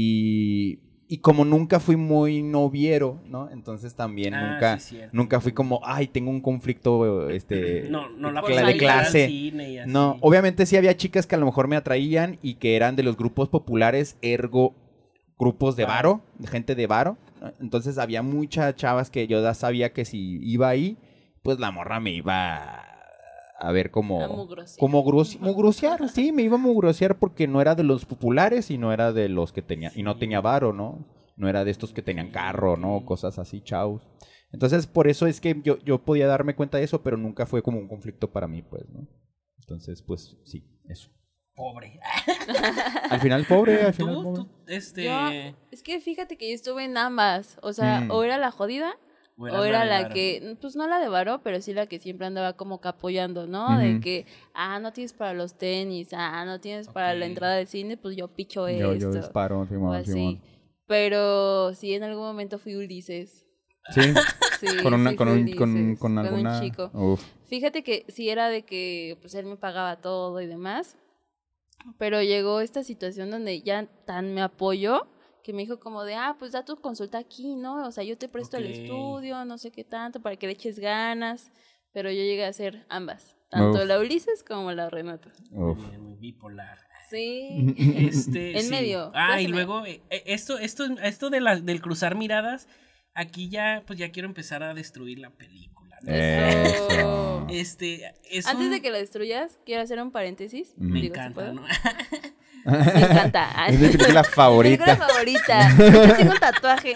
Y como nunca fui muy noviero, ¿no? Entonces también Sí, cierto. nunca fui como, ay, tengo un conflicto, No la Por de salir clase. al cine y así. No, obviamente sí había chicas que a lo mejor me atraían y que eran de los grupos populares, ergo grupos de varo, de gente de varo. ¿No? Entonces había muchas chavas que yo ya sabía que si iba ahí, pues la morra me iba a ver A como mugrosear. mugrosear, sí, me iba a mugrosear porque no era de los populares y no era de los que tenía, y no tenía varo, ¿no? No era de estos que tenían carro, ¿no? Cosas así, chavos. Entonces, por eso es que yo podía darme cuenta de eso, pero nunca fue como un conflicto para mí, pues, ¿no? Entonces, pues, sí, eso. Pobre. Al final, pobre, al final, Tú, pobre. Yo, es que fíjate que yo estuve en ambas. O sea, Mm. o era la jodida o eras era de la varo. que, pues no la de varo, pero sí la que siempre andaba como que apoyando, ¿no? De Ujú. que, no tienes para los tenis, no tienes para la Ok. entrada del cine, pues yo picho Yo esto. disparo, o Simón, así. Simón. Pero sí, en algún momento fui Ulises. Sí, Sí, con una, sí con fui un, con, Ulises, con un alguna... chico. Uf. Fíjate que sí era de que pues él me pagaba todo y demás, pero llegó esta situación donde ya tan me apoyó que me dijo como de, pues da tu consulta aquí, ¿no? O sea, yo te presto el Ok. estudio, no sé qué tanto, para que le eches ganas, pero yo llegué a hacer ambas, tanto Uf. la Ulises como la Renata. Uf. Muy bien, muy bipolar. Sí. En sí. medio. Y pláceme. luego, esto del cruzar miradas, aquí ya, pues ya quiero empezar a destruir la película, ¿no? Eso. Es Antes de que lo destruyas, quiero hacer un paréntesis. Me Digo, ¿sí encanta, puedo? ¿no? Me encanta. Es mi película favorita. Mi película favorita. Yo tengo un tatuaje.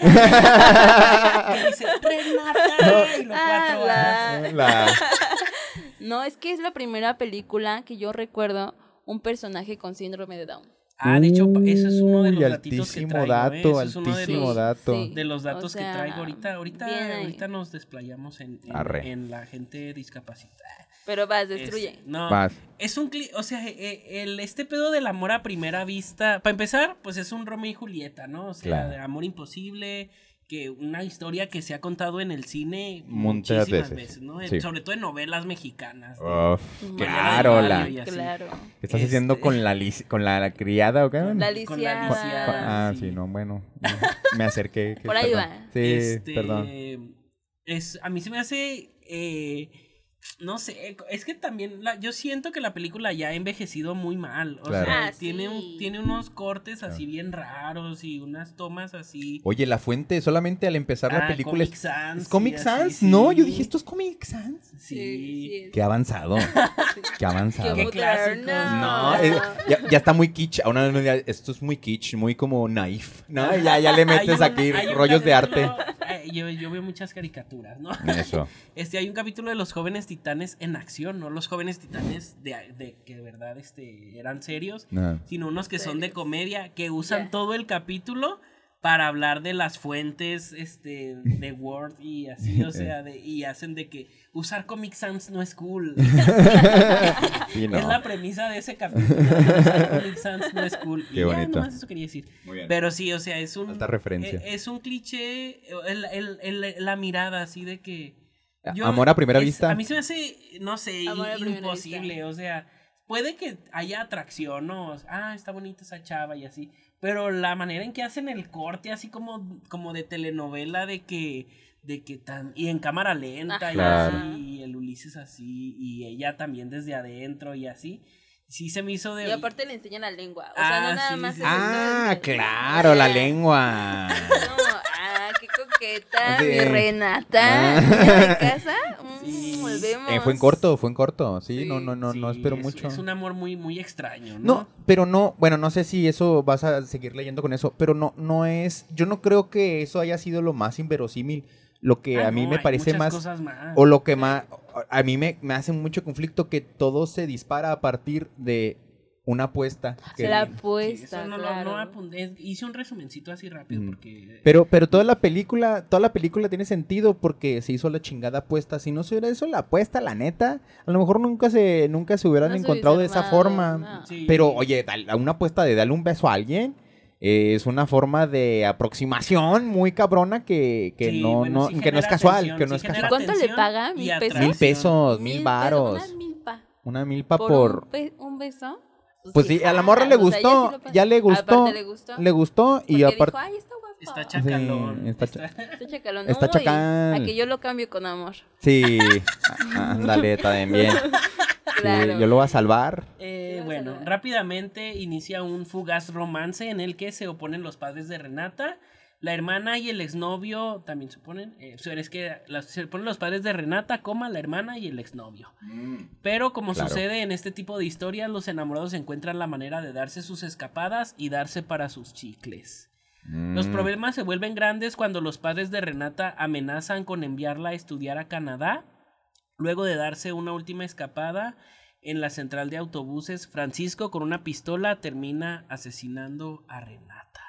Que dice, Renata, y los cuatro la- As. No, es que es la primera película que yo recuerdo un personaje con síndrome de Down. De hecho, eso es uno de los Uy, datitos que altísimo traigo, dato, Eso es uno altísimo Sí, dato. sí. de los datos O sea, que traigo ahorita. bien ahí. Ahorita nos desplayamos Arre. en la gente discapacitada. Pero vas, destruye. No, Vas. es o sea, este pedo del amor a primera vista, para empezar, pues es un Romeo y Julieta, ¿no? O sea, Claro. de amor imposible, que una historia que se ha contado en el cine Muchas muchísimas veces, ¿no? sí. Sobre todo en novelas mexicanas. Uf, Ujú. claro, Mariana la... del Barrio y así. Claro. ¿Qué estás haciendo con la criada o qué? La Con la lisiada. lisiada. Sí, no, bueno. Me acerqué. Por ahí perdón. va. Sí, perdón. A mí se me hace, no sé, es que también yo siento que la película ya ha envejecido muy mal. O Claro. sea, Sí. tiene unos cortes así bien raros y unas tomas así. Oye, La Fuente, solamente al empezar la película Comic Sans, ¿es Comic y así, Sans? sí. No, yo dije, ¿esto es Comic Sans? Sí. Qué avanzado. Qué avanzado. Qué clásicos. No, ya está muy kitsch. A una vez esto es muy kitsch, muy como naif. ¿No? Ya le metes aquí Hay un rollos de capítulo, arte. yo veo muchas caricaturas, ¿no? Eso. Hay un capítulo de los jóvenes titanes en acción, no los jóvenes titanes de que de verdad eran serios, No. sino unos que son de Serios. comedia, que usan Ya. todo el capítulo para hablar de las fuentes de Word y así, o sea, y hacen de que usar Comic Sans no es cool. Sí, no. Es la premisa de ese capítulo. Usar Comic Sans no es cool. Qué y bonito. Ya, nomás eso quería decir. Muy bien. Pero sí, o sea, es un... Alta referencia. Es un cliché, la mirada así de que... Amor a primera vista. A mí se me hace, no sé, Amor a primera imposible, vista. o sea, puede que haya atracción, ¿no? Está bonita esa chava y así, pero la manera en que hacen el corte, así como de telenovela, de que y en cámara lenta, Ajá. y Claro. así, y el Ulises así, y ella también desde adentro y así, sí se me hizo de... Y aparte le enseñan la lengua. O sea, no nada sí, más sí, es sí. Ah, esto, claro, la Ah, lengua. No, qué coqueta, Sí. mi Renata. Ah. Niña de casa. Sí. Volvemos. Fue en corto. Sí, Sí. no espero mucho. Es un amor muy, muy extraño, ¿no? No, pero no, bueno, no sé si eso vas a seguir leyendo con eso, pero no es, yo no creo que eso haya sido lo más inverosímil. Lo que a mí no, me hay parece muchas más, cosas más. o lo que más, a mí me hace mucho conflicto que todo se dispara a partir de una apuesta. Se la Sí, apuesta, eso claro. hice un resumencito así rápido porque... Pero toda la película tiene sentido porque se hizo la chingada apuesta. Si no se hubiera hecho la apuesta, la neta, a lo mejor nunca se hubieran No se encontrado de hubiese esa armado, forma. no. Sí. Pero, oye, una apuesta de darle un beso a alguien es una forma de aproximación muy cabrona que Sí, no, bueno, sí que no es genera casual, atención, que no sí es genera casual. ¿Cuánto le atención paga? y 1,000 pesos. atracción. 1,000 pesos, 1,000 1,000 pesos, varos. Una milpa. Una milpa ¿Por por... un beso? Pues sí, a la morra le jala, o sea, ella gustó, sí lo paga. ya le gustó. Aparte le gustó. y Porque aparte... dijo, ay, está guapa. Está chacalón. Sí, está Está chacalón. Está Uy, chacal. A que yo lo cambio con amor. Sí, ándale, también. Claro. Sí, yo lo voy a salvar. Bueno, rápidamente inicia un fugaz romance en el que se oponen los padres de Renata, la hermana y el exnovio también se oponen. Es que se oponen los padres de Renata, la hermana y el exnovio. Pero como Claro. sucede en este tipo de historias, los enamorados encuentran la manera de darse sus escapadas y darse para sus chicles. Los problemas se vuelven grandes cuando los padres de Renata amenazan con enviarla a estudiar a Canadá. Luego de darse una última escapada en la central de autobuses, Francisco con una pistola termina asesinando a Renata.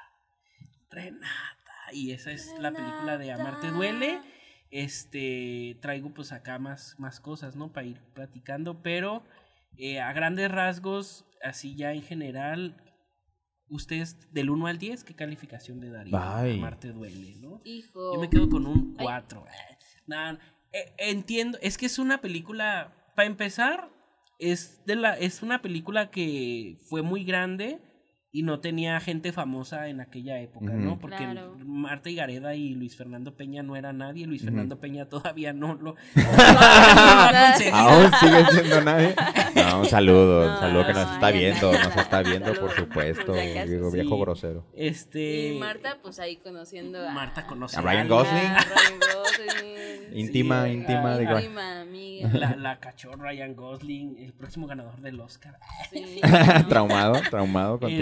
Y esa es la película de Amarte Duele. Traigo pues acá más cosas, ¿no? Para ir platicando, pero a grandes rasgos, así ya en general, ustedes del 1 al 10, ¿qué calificación le darían a Ay. Amarte Duele, no? Hijo. Yo me quedo con un 4. Entiendo, es que es una película, para empezar, es una película que fue muy grande y no tenía gente famosa en aquella época, ¿no? Ujú. Porque Claro. Marta Higareda y Luis Fernando Peña no era nadie, Luis Fernando Peña todavía no lo... Aún sigue siendo nadie. No, un saludo No, que nos no, está ya viendo, está. nos está viendo, por Saludos. supuesto, Ya casi, digo, sí. viejo grosero. Y Marta, pues ahí conociendo a... Marta conoce ¿A Ryan algo. Gosling? a Ryan Gosling. Íntima, Sí, íntima, digo. íntima amiga. La cachó Ryan Gosling, el próximo ganador del Oscar. Sí, Traumado con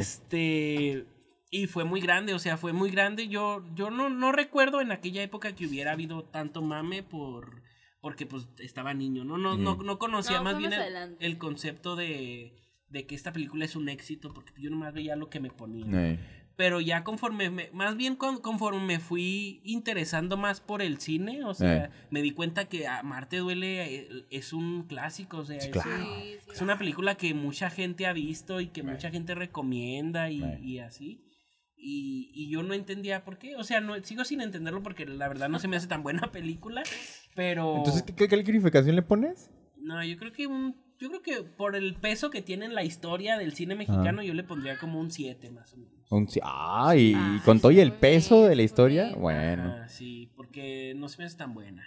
Y fue muy grande, o sea, fue muy grande. Yo no recuerdo en aquella época que hubiera habido tanto mame porque pues estaba niño, no conocía No, más fue bien más adelante. el concepto de que esta película es un éxito, porque yo nomás veía lo que me ponía. Pero ya conforme conforme me fui interesando más por el cine, o sea, me di cuenta que Amarte duele es un clásico, o sea, claro. es una película que mucha gente ha visto y que mucha gente recomienda y así. Y yo no entendía por qué, o sea, sigo sin entenderlo porque la verdad no se me hace tan buena película, pero... Entonces, ¿qué calificación le pones? No, yo creo que por el peso que tiene en la historia del cine mexicano, yo le pondría como un 7 más o menos. Y con todo y el peso de la historia, bien. bueno. Sí, porque no se me hace tan buena.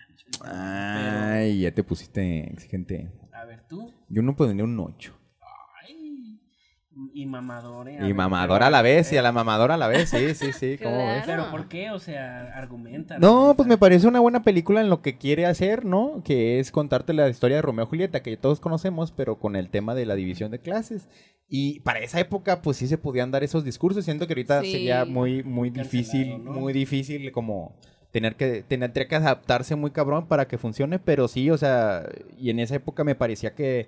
Ay, ya te pusiste exigente. A ver, tú. Yo no pondría un 8. Ay, y mamadora. Y mamadora a la vez, y a la mamadora a la vez, sí, ¿cómo ves? Pero ¿por qué? O sea, argumenta. No, pues me parece una buena película en lo que quiere hacer, ¿no? Que es contarte la historia de Romeo y Julieta, que todos conocemos, pero con el tema de la división de clases. Y para esa época, pues sí se podían dar esos discursos. Siento que ahorita Sí. sería muy difícil, ¿no? muy difícil como tendría que adaptarse muy cabrón para que funcione, pero sí, o sea, y en esa época me parecía que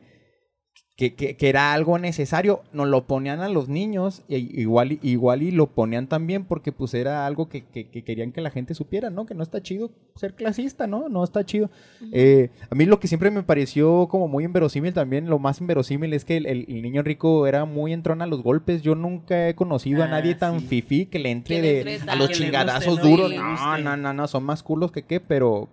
era algo necesario. Nos lo ponían a los niños, igual y lo ponían también porque pues era algo que querían que la gente supiera, ¿no? Que no está chido ser clasista, ¿no? No está chido. A mí lo que siempre me pareció como muy inverosímil también, lo más inverosímil es que el niño rico era muy entrón a los golpes. Yo nunca he conocido a nadie tan fifí que le entre Que le entre a tan- los que le chingadazos guste, ¿no? duros. Que le guste. No, son más culos que qué, pero...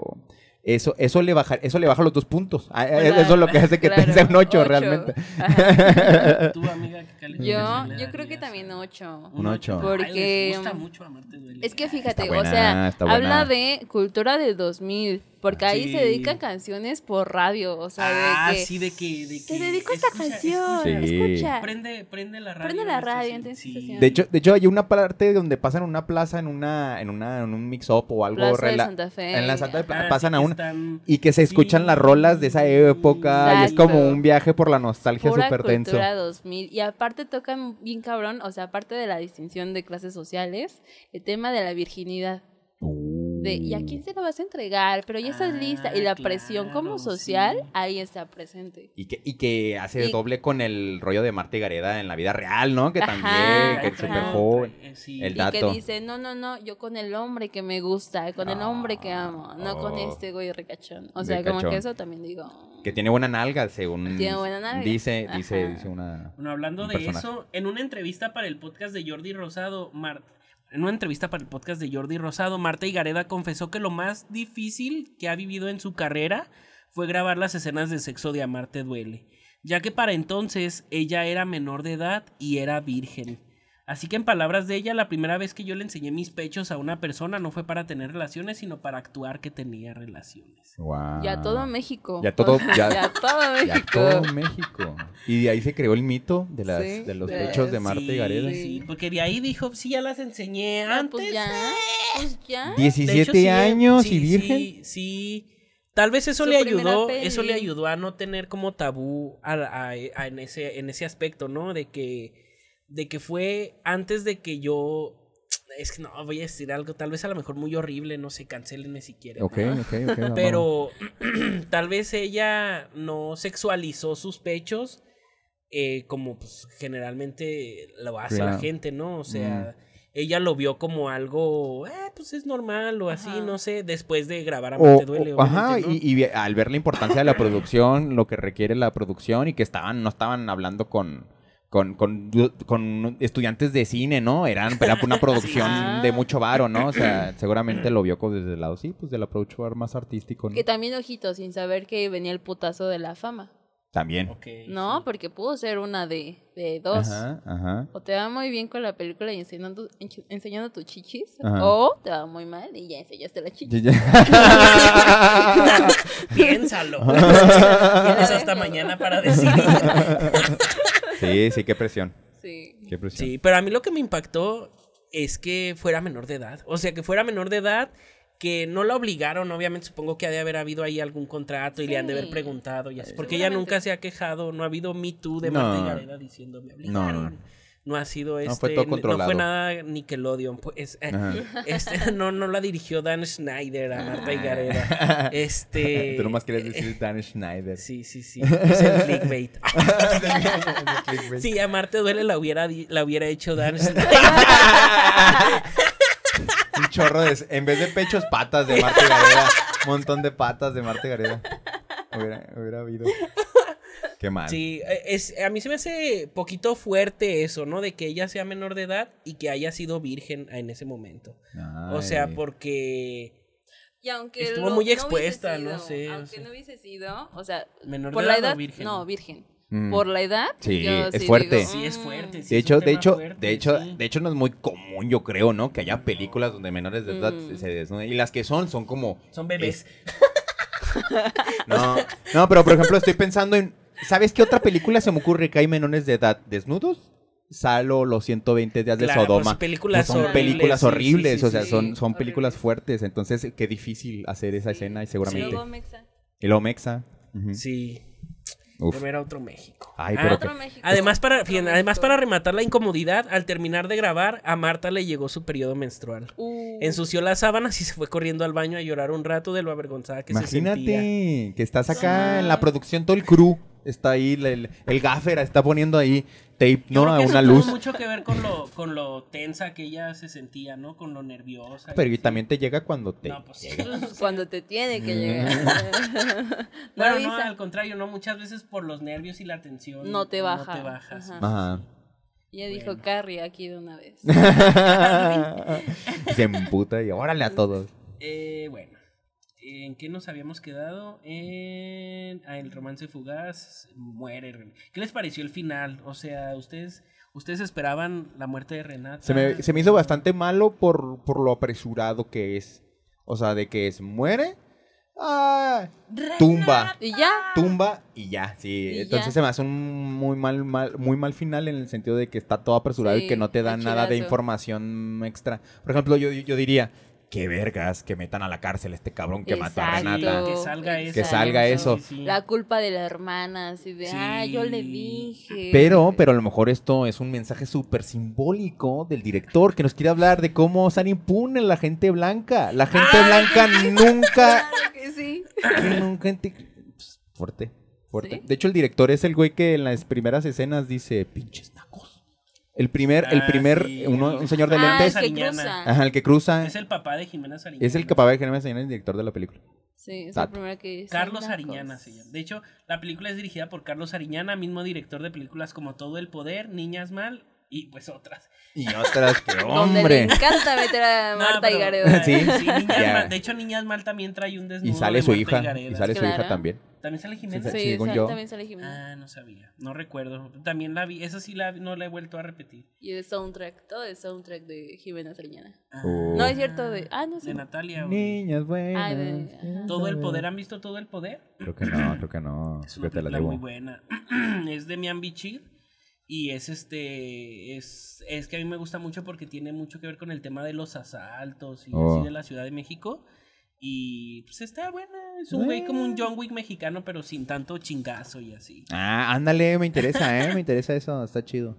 Eso le baja los 2 puntos. Eso es lo que hace que Claro, te sea un 8 8. realmente. Ajá. ¿Tú, amiga, qué calificación le Yo creo que darías? también 8. Un 8. Porque- Ay, les gusta mucho Amarte duele. Es que fíjate, Está buena, o sea, está buena. habla de cultura del 2000, porque ahí Sí. se dedican canciones por radio, o sea, de que... Sí, de que Te dedico a esta canción, Sí. escucha. Prende la radio. Prende la esto radio, sí, entonces, sí. estación. De hecho hay una parte donde pasan en una plaza en un mix-up o algo Plaza de Santa Fe. en la Santa Fe Ah, pasan sí a que una están- y que se escuchan Sí. las rolas de esa época y es Exacto. como un viaje por la nostalgia Pura súper tenso. cultura 2000. Y aparte tocan bien cabrón, o sea, aparte de la distinción de clases sociales, el tema de la virginidad. ¿Y a quién se lo vas a entregar? Pero ya estás lista. Y la presión como claro, social, sí. ahí está presente. Y que hace Y- doble con el rollo de Marta y Gareda en la vida real, ¿no? Que Ajá, también, que es ajá. súper joven. Sí. El Y dato. que dice, no, yo con el hombre que me gusta, con el hombre que amo, no con Oh. este güey ricachón. O sea, como Ricachón. que eso también digo... Que tiene buena nalga, según Tiene buena nalga. dice Ajá. una... Bueno, hablando un de personaje. eso, en una entrevista para el podcast de Jordi Rosado, Marta Higareda confesó que lo más difícil que ha vivido en su carrera fue grabar las escenas de sexo de Amarte duele, ya que para entonces ella era menor de edad y era virgen. Así que en palabras de ella, la primera vez que yo le enseñé mis pechos a una persona no fue para tener relaciones, sino para actuar que tenía relaciones. Wow. Ya todo México. Ya todo- ya- ya todo Ya México. todo México. Y de ahí se creó el mito de Sí, de los de- pechos de Marta Sí, y Gareda. Sí, porque de ahí dijo, sí, ya las enseñé Ah, antes. pues ya. 17 De hecho, sí, años sí, y virgen. Sí. Tal vez eso Su le primera ayudó, peli. eso le ayudó a no tener como tabú en ese aspecto, ¿no? De que fue antes de que yo, es que no, voy a decir algo, tal vez a lo mejor muy horrible, no sé, cancelenme si quieren. Ok. ¿no? Pero tal vez ella no sexualizó sus pechos como pues generalmente lo hace Claro. la gente, ¿no? O sea, ella lo vio como algo, pues es normal o así, Ajá. no sé, después de grabar Amarte duele, Ajá, obviamente, ¿no? y al ver la importancia de la producción, lo que requiere la producción y que no estaban hablando con estudiantes de cine, ¿no? Era una producción Sí. de mucho varo, ¿no? O sea, seguramente lo vio desde el lado, sí, pues del approach más artístico, ¿no? Que también ojito, sin saber que venía el putazo de la fama. También. Ok, No, sí. porque pudo ser una de dos. Ajá. O te va muy bien con la película y enseñando tus chichis. Ajá. O te va muy mal y ya enseñaste las chichis. Piénsalo. Tienes hasta mañana para decidir. Sí, qué presión. Sí. Qué presión. Sí, pero a mí lo que me impactó es que fuera menor de edad. O sea, que fuera menor de edad, que no la obligaron. Obviamente, supongo que ha de haber habido ahí algún contrato y le han de haber Sí. preguntado y así. Porque ella Seguramente. nunca se ha quejado. No ha habido Me Too de No. Marta y Gareda diciendo me obligaron. No ha sido No, fue todo no controlado. fue nada Nickelodeon. Pues, Ajá. no la dirigió Dan Schneider a Marta y Gareda. Tú nomás quieres decir Dan Schneider. Sí. Es el clickbait. Sí, a Marta Duele la hubiera hecho Dan Schneider. Un chorro de... En vez de pechos, patas de Marta y Gareda. Un montón de patas de Marta y Gareda. Hubiera habido... Qué mal. Sí, a mí se me hace poquito fuerte eso, ¿no? De que ella sea menor de edad y que haya sido virgen en ese momento. O sea, Ay. porque Y aunque estuvo muy hubiese expuesta, sido, no sé, o Aunque sea. no hubiese sido, o sea, menor por de la edad edad, o virgen. no, virgen. Mm. Por la edad, Sí, yo es sí fuerte. digo, Sí, es fuerte. Sí, De es un hecho, tema fuerte, sí. de hecho no es muy común, yo creo, ¿no? Que haya películas donde menores de edad Mm. se desnuden. Y las que son como... Son bebés. No, pero por ejemplo estoy pensando en... ¿Sabes qué otra película se me ocurre que hay menores de edad desnudos? Salo, los 120 días de Claro, Sodoma. pues, películas Son horribles, películas sí, horribles, sí, o sea, sí, son sí. películas Horribles. fuertes. Entonces, qué difícil hacer esa escena y seguramente... Luego Mexa. Y luego Mexa. Ujú. Sí, Uf. pero era otro México. Ay, pero Otro que- México. Además Otro además, México. para rematar la incomodidad, al terminar de grabar, a Marta le llegó su periodo menstrual. Ensució las sábanas y se fue corriendo al baño a llorar un rato de lo avergonzada que se sentía. Imagínate que estás acá en la producción, todo el crew está ahí, el gaffer está poniendo ahí tape, Yo ¿no? creo A que eso una tuvo luz. mucho que ver con lo tensa que ella se sentía, ¿no? Con lo nerviosa. Pero y así. también te llega cuando te No, pues sí. llega. Cuando te tiene que llegar. No Bueno, no, avisa. al contrario, no, muchas veces por los nervios y la tensión. No te baja. No te bajas. Ajá. Ajá. Ya dijo Bueno. Carrie aquí de una vez. Se emputa y órale a todos. Bueno, ¿en qué nos habíamos quedado? El romance fugaz muere. ¿Qué les pareció el final? O sea, ¿ustedes esperaban la muerte de Renata? Se me hizo bastante malo por lo apresurado que es. O sea, de que muere, tumba, Y ya. tumba y ya. Sí, Y entonces ya. se me hace un muy mal final en el sentido de que está todo apresurado y Sí, que no te dan nada de mochilazo. información extra. Por ejemplo, yo diría, qué vergas, que metan a la cárcel a este cabrón que mató a Exacto. Renata. Que salga eso. Que salga eso. Sí, sí. La culpa de la hermana, así de, Sí. yo le dije. Pero a lo mejor esto es un mensaje súper simbólico del director que nos quiere hablar de cómo ser impune la gente blanca. La gente blanca nunca... Claro que sí. Pues, fuerte. ¿Sí? De hecho, el director es el güey que en las primeras escenas dice, pinches nacos. El primer, Sí. un señor de Ah, lentes. es que Sariñana. cruza. Ajá, el que cruza. Es el papá de Jimena Sariñana. Es el que papá de Jeremy Sariñana, el director de la película. Sí, es Dato. el primero que dice. Carlos "Nacos". Sariñana se llama. De hecho, la película es dirigida por Carlos Sariñana, mismo director de películas como Todo el Poder, Niñas Mal y pues otras. Y otras que, Donde le hombre. encanta meter a No, Marta pero- y Gareda. Sí. Niñas Ya. Mal. De hecho, Niñas Mal también trae un desnudo Y sale de su Marta hija. Gareda. Y sale su hija Claro. también. ¿También sale Jimena? Sí, Sí, según yo. también sale Jimena. Ah, no sabía. No recuerdo. También la vi. Esa sí no la he vuelto a repetir. Y el soundtrack, todo el soundtrack de Jimena Sariñana. Ah, No es cierto de. Ah, no de sé. Natalia. o- Niñas buenas. Ah, ajá. Todo el poder. ¿Han visto Todo el Poder? Creo que no. Es una Creo que te la película debo. muy buena. Es de Mian Bichir. Y es que a mí me gusta mucho porque tiene mucho que ver con el tema de los asaltos y Oh. así de la Ciudad de México. Y pues está buena. Es un güey como un John Wick mexicano, pero sin tanto chingazo y así. Ah, ándale, me interesa, me interesa eso, está chido.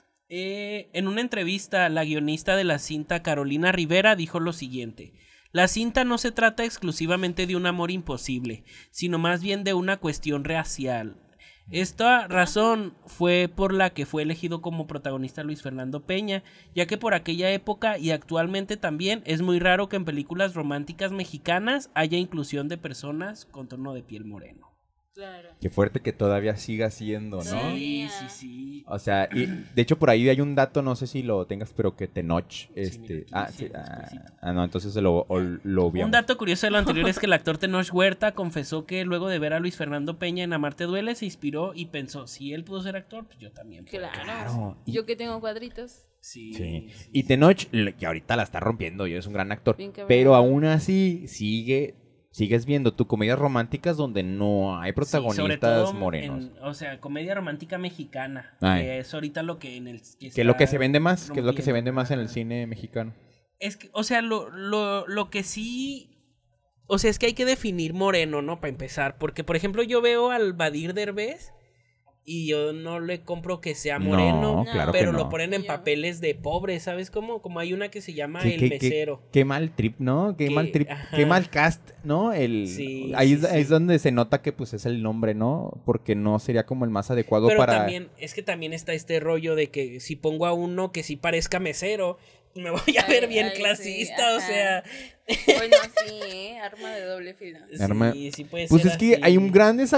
En una entrevista, la guionista de la cinta, Carolina Rivera, dijo lo siguiente: la cinta no se trata exclusivamente de un amor imposible, sino más bien de una cuestión racial. Esta razón fue por la que fue elegido como protagonista Luis Fernando Peña, ya que por aquella época y actualmente también es muy raro que en películas románticas mexicanas haya inclusión de personas con tono de piel moreno. Claro. Qué fuerte que todavía siga siendo, ¿no? Sí, sí, sí. O sea, y de hecho por ahí hay un dato, no sé si lo tengas, pero que Tenoch, mira, aquí dice despuesito. no, entonces lo obviamos. Un dato curioso de lo anterior es que el actor Tenoch Huerta confesó que luego de ver a Luis Fernando Peña en Amarte Duele se inspiró y pensó, si él pudo ser actor, pues yo también puedo. Claro. Yo que tengo cuadritos. Sí. Y Tenoch, que ahorita la está rompiendo, y es un gran actor, Bien cabrón. pero aún así sigues viendo tu comedias románticas donde no hay Sí, sobre protagonistas todo morenos. o sea, comedia romántica mexicana. Ay. Que es ahorita lo que en el... Que es lo que se vende más, que es lo que se rompiendo. vende más en el Ajá. cine mexicano. Es que, o sea, lo que sí... O sea, es que hay que definir moreno, ¿no? Para empezar. Porque, por ejemplo, yo veo al Badir Derbez y yo no le compro que sea moreno. No, claro pero que no. lo ponen en Yo. papeles de pobre, ¿sabes cómo? Como hay una que se llama Qué- El qué- Mesero. Qué mal trip, ¿no? Qué mal trip, ajá. qué mal cast, ¿no? Sí, Ahí sí, es sí. donde se nota que pues es el nombre, ¿no? Porque no sería como el más adecuado Pero para... también, es que también está este rollo de que si pongo a uno que sí parezca mesero, me voy a ver bien Ay, sí, clasista, o ajá. sea... Bueno, sí, arma de doble filo. Arma- Sí puede Pues ser es que así. hay grandes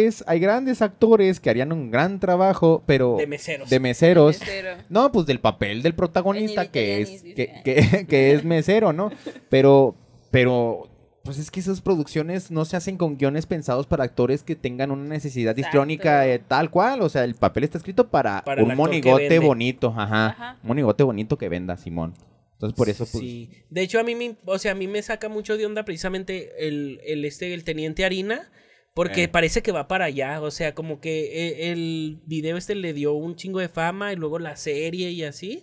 actores que harían un gran trabajo, pero... De meseros. De meseros. Mesero. No, pues del papel del protagonista En el que es italianis, que es mesero, ¿no? Pero pues es que esas producciones no se hacen con guiones pensados para actores que tengan una necesidad Exacto. histriónica tal cual, o sea, el papel está escrito para Para el un actor que monigote vende. bonito, ajá, Ajá. un monigote bonito que venda, Simón. Entonces por eso pues Sí. De hecho, a mí me saca mucho de onda precisamente el Teniente Harina, porque parece que va para allá, o sea, como que el video le dio un chingo de fama y luego la serie y así.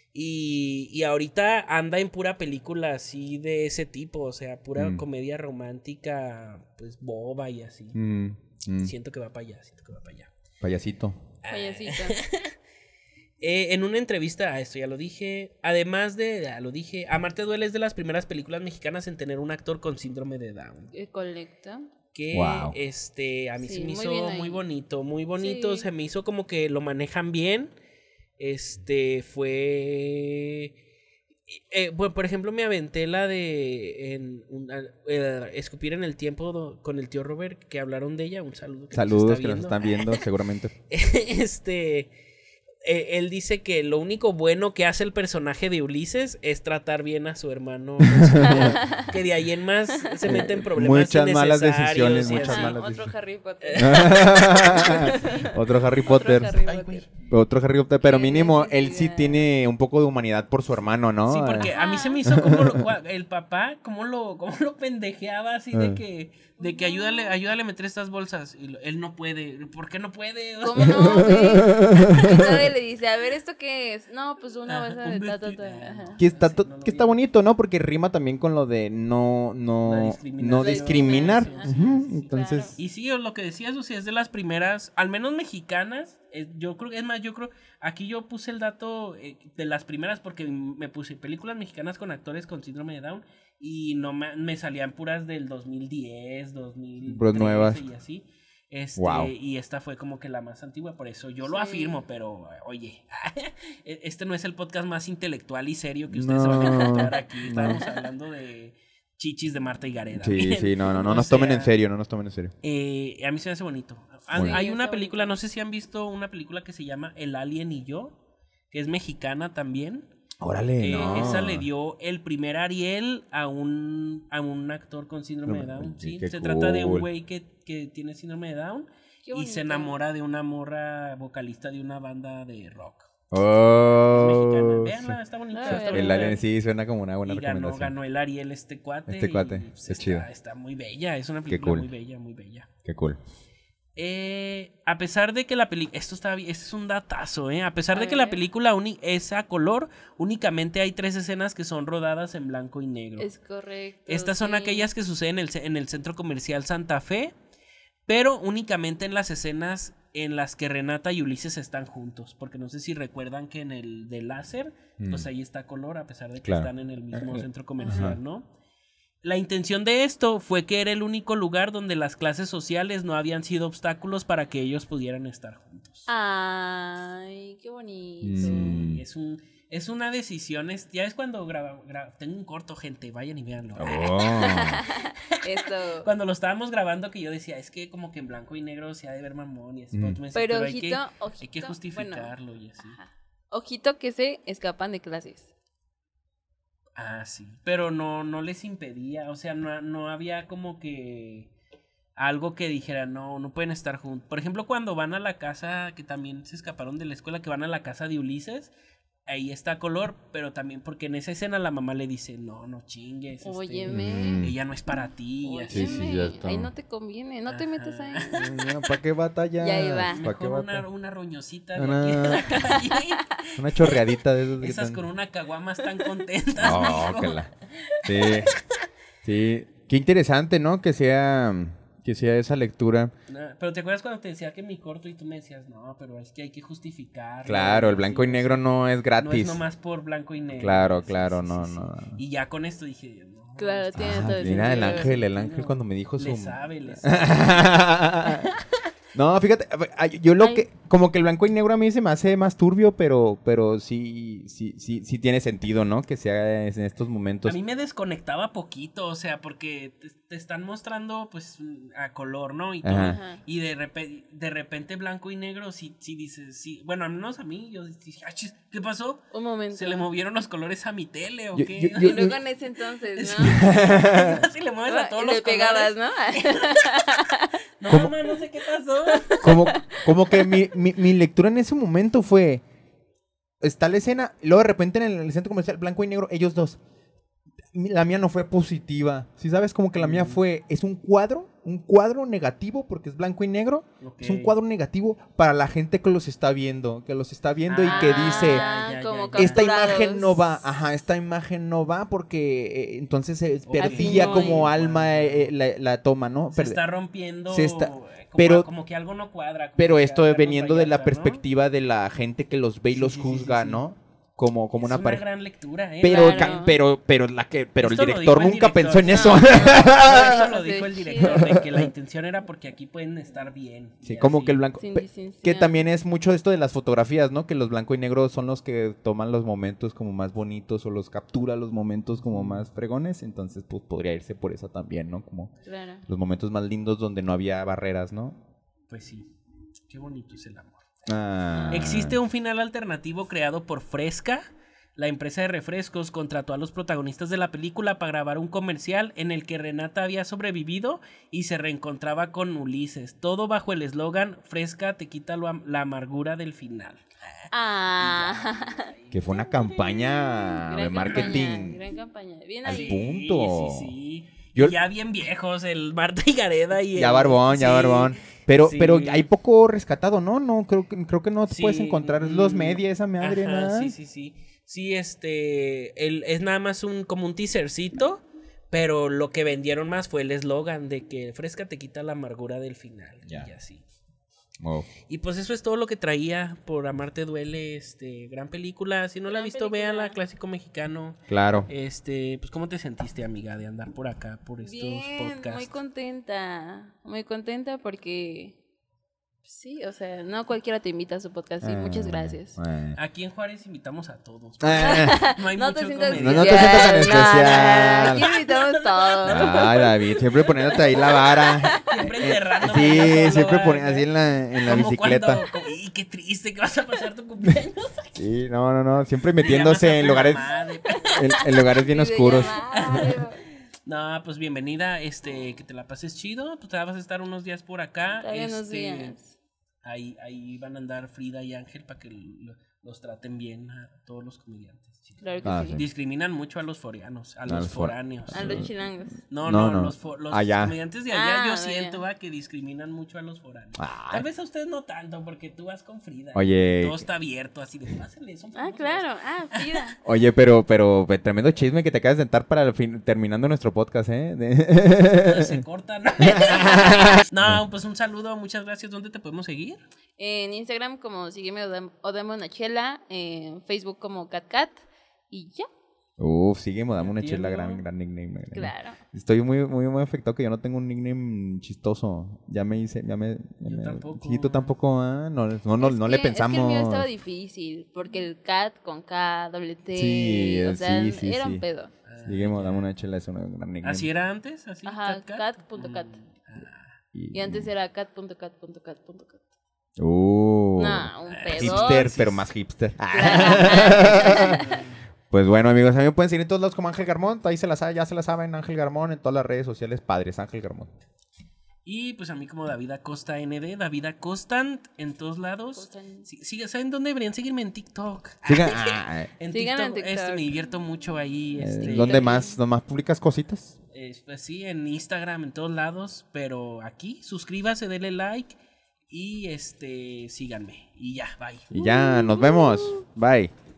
Y ahorita anda en pura película así de ese tipo, o sea, pura comedia romántica, pues boba y así. Siento que va para allá, payasito. Payasito. En una entrevista, esto ya lo dije, además lo dije, Amarte Duele es de las primeras películas mexicanas en tener un actor con síndrome de Down. Colecta. Que Wow. a mí Sí, se me muy hizo bien ahí. muy bonito, Sí. se me hizo como que lo manejan bien. Fue bueno, por ejemplo, me aventé la de Escupir en el Tiempo con el tío Robert, que hablaron de ella. Un saludo. Saludos que nos están viendo seguramente. Él dice que lo único bueno que hace el personaje de Ulises es tratar bien a su hermano. Que de ahí en más se mete en problemas Muchas malas innecesarios decisiones, y muchas así. malas Otro Harry Potter. Otro Harry Potter. Otro Harry Ay, Potter. güey. Otro Harry Potter, pero Qué mínimo él sí necesidad. tiene un poco de humanidad por su hermano, ¿no? Sí, porque a mí se me hizo como el papá, cómo lo pendejeaba así de que ayúdale a meter estas bolsas. Y él no puede. ¿Por qué no puede? ¿Cómo no, güey? Y nadie le dice, a ver, ¿esto qué es? No, pues una Ajá, bolsa un de ta, ta, vestido. ta. Ajá. Que está, Sí, no lo que está vi. bonito, ¿no? Porque rima también con lo de no discriminación. discriminar. La Ujú, discriminación, sí, entonces, claro. Y sí, lo que decía Susi es de las primeras, al menos mexicanas. Yo creo, aquí yo puse el dato de las primeras porque me puse películas mexicanas con actores con síndrome de Down y no me salían puras del 2010, 2013 Puras nuevas. y así. Wow. Y esta fue como que la más antigua, por eso yo lo Sí. afirmo, pero oye, este no es el podcast más intelectual y serio que ustedes se van a encontrar aquí. no. Estamos hablando de chichis de Marta y Gareda. sí, Bien. sí, no O nos tomen en sea, serio, no nos tomen en serio. A mí se me hace bonito. Muy Hay bien. una Está película, bonito. no sé si han visto una película que se llama El Alien y yo, que es mexicana también. Órale, no. Esa le dio el primer Ariel a un actor con síndrome de Down. Sí, Sí, qué se trata de un cool. güey que tiene síndrome de Down Qué y se bonito. enamora de una morra vocalista de una banda de rock. Oh, Es mexicana. Véanla, está bonita. Ah, está el el bonita. Alien sí suena como una buena Y recomendación. ganó el Ariel este cuate. Este cuate, y, pues, qué chido. Está muy bella, es una Qué película cool. muy bella, muy bella. Qué cool. A pesar de que la película... Esto es un datazo, ¿eh? A pesar A de que la ver. película es a color, únicamente hay 3 escenas que son rodadas en blanco y negro. Es correcto. Estas son sí. aquellas que suceden en el centro comercial Santa Fe, pero únicamente en las escenas en las que Renata y Ulises están juntos. Porque no sé si recuerdan que en el de láser, pues ahí está color, a pesar de que Claro. están en el mismo centro comercial, ¿no? La intención de esto fue que era el único lugar donde las clases sociales no habían sido obstáculos para que ellos pudieran estar juntos. Ay, qué bonito. Mm. Sí, Es una decisión, ya es cuando tengo un corto, gente, vayan y véanlo. Esto. Cuando lo estábamos grabando que yo decía, es que como que en blanco y negro se ha de ver mamón y así. Tú me decías, Pero ojito, ojito, hay que justificarlo y así. Ajá. Ojito que se escapan de clases. Ah, sí, pero no les impedía, o sea, no había como que algo que dijera, no pueden estar juntos. Por ejemplo, cuando van a la casa, que también se escaparon de la escuela, que van a la casa de Ulises, ahí está color, pero también porque en esa escena la mamá le dice, no chingues, Óyeme. ella no es para ti. Y así. Óyeme, ya está. ahí no te conviene, no te metas ahí. ¿Para qué batalla? Ya iba. Mejor una roñosita de aquí de la calle. Una chorreadita de esos. Esas con una caguama están contentas. No, sí. Sí. Qué interesante, ¿no? Que sea esa lectura. Pero ¿te acuerdas cuando te decía que mi corto y tú me decías, no, pero es que hay que justificarlo? Claro, el blanco y negro no es gratis. No es nomás por blanco y negro. Claro, Sí. no. Y ya con esto dije, no. Claro, tiene todo el Mira, el sentido. ángel cuando me dijo Le su... sabe. No, fíjate, yo como que el blanco y negro a mí se me hace más turbio, pero sí tiene sentido, ¿no? Que sea en estos momentos. A mí me desconectaba poquito, o sea, porque te están mostrando, pues, a color, ¿no? Y todo. Ajá. Y de repente blanco y negro, sí dices, sí. Bueno, al menos a mí, yo dije, ¿qué pasó? Un momento. ¿Se le movieron los colores a mi tele o Yo- qué? Y luego en ese entonces, ¿no? Si le mueves a todos Y los le pegabas, colores. ¿no? No, mamá, no sé qué pasó. Como que mi lectura en ese momento fue... Está la escena, y luego de repente en el centro comercial, blanco y negro, ellos dos. La mía no fue positiva. Si sabes, como que la mía es un cuadro negativo, porque es blanco y negro. Okay. Es un cuadro negativo para la gente que los está viendo. Que los está viendo y que dice... ya, como ya. Esta capturados. imagen no va, esta imagen no va porque entonces se perdía no, como y- alma la toma, ¿no? Se está rompiendo. pero- como que algo no cuadra. como Pero que esto algo veniendo de la falla, ¿no? perspectiva de la gente que los ve y Sí, los sí, juzga, sí. ¿no? Como Es una una pareja. gran lectura, Pero, Claro. pero el Esto lo director dijo el nunca director. pensó en No, eso. Esto lo Sí, dijo el chido. director, de que la intención era porque aquí pueden estar bien. Sí, y como así. que el blanco. Sin Que distinción. también es mucho esto de las fotografías, ¿no? Que los blanco y negro son los que toman los momentos como más bonitos o los captura los momentos como más fregones. Entonces, pues podría irse por eso también, ¿no? Como Claro. los momentos más lindos donde no había barreras, ¿no? Pues sí, qué bonito es el amor. Ah. Existe un final alternativo creado por Fresca. La empresa de refrescos contrató a los protagonistas de la película para grabar un comercial en el que Renata había sobrevivido y se reencontraba con Ulises. Todo bajo el eslogan Fresca te quita la amargura del final. Que fue una campaña de Gran marketing. campaña, gran campaña. Bien Al ahí. punto. Sí. Yo- Y ya bien viejos, el Marta y Gareda y Ya el- barbón, ya sí, barbón. Pero sí. hay poco rescatado, ¿no? No, creo que no te Sí, puedes encontrar los media, esa madre, ajá, nada. Sí. Sí, es nada más como un teasercito, pero lo que vendieron más fue el eslogan de que Fresca te quita la amargura del final. Ya. Y así. Oh. Y pues eso es todo lo que traía por Amarte Duele, gran película. Si no la Gran has visto, película. véanla, clásico mexicano. Claro. Pues ¿cómo te sentiste, amiga, de andar por acá, por estos Bien, podcasts? muy contenta porque sí, o sea, no cualquiera te invita a su podcast, sí, muchas gracias. Aquí en Juárez invitamos a todos. Ah. No hay No mucho te sientas comediante. No te sientas tan especial, especial. Aquí invitamos todos. Ay, David, siempre poniéndote ahí la vara. Siempre enterrándome Sí, yo solo, siempre ¿verdad? poniendo así en la Como bicicleta. y qué triste que vas a pasar tu cumpleaños. Sí, no, siempre Llamas a metiéndose en tu lugares, mamá de- en lugares bien oscuros. Videollamada. No, pues bienvenida, que te la pases chido. Pues te vas a estar unos días por acá. Todavía unos días. Ahí van a andar Frida y Ángel para que los traten bien a todos los comediantes. Chicos. Claro que Ah, sí. sí. Discriminan mucho a los foreanos, a los los foráneos. A los chilangos. No, No, no, no. los Allá. comediantes de allá Ah, yo de siento allá. que discriminan mucho a los foráneos. Ay. Tal vez a ustedes no tanto, porque tú vas con Frida. Oye. Y todo está abierto, así de pásenle, son Ah, famosos". claro. Ah, Frida. Oye, pero tremendo chisme que te acabas de sentar para terminando nuestro podcast, ¿eh? Se cortan. No, pues un saludo, muchas gracias. ¿Dónde te podemos seguir? En Instagram como sígueme o dame una chela, en Facebook como catcat y ya. Sígueme, dame una chela, gran nickname. Claro. Estoy muy afectado que yo no tengo un nickname chistoso. Ya me... tampoco. Sí, tú tampoco, ¿eh? No le pensamos. Es que el mío estaba difícil, porque el cat con K, doble T, Sí, o sea, sí, era sí. un pedo. Sígueme, dame una chela, es un gran nickname. ¿Así era antes? ¿Así? Ajá, Cat? cat.cat. Y Y antes era cat.cat.cat.cat. Uh, No, un pedo. hipster, pero más hipster. Pues bueno, amigos, a mí me pueden seguir en todos lados como Ángel Garmont. Ahí ya se la saben, Ángel Garmont, en todas las redes sociales, padres, Ángel Garmont. Y pues a mí como David Acosta ND, David Acostant en todos lados. ¿Saben dónde deberían seguirme? En TikTok. En Síganme en TikTok, TikTok. me divierto mucho ahí. ¿Dónde más publicas cositas? Pues sí, en Instagram, en todos lados. Pero aquí, suscríbase, denle like y síganme. Y ya, bye. Y ya, nos vemos. Bye.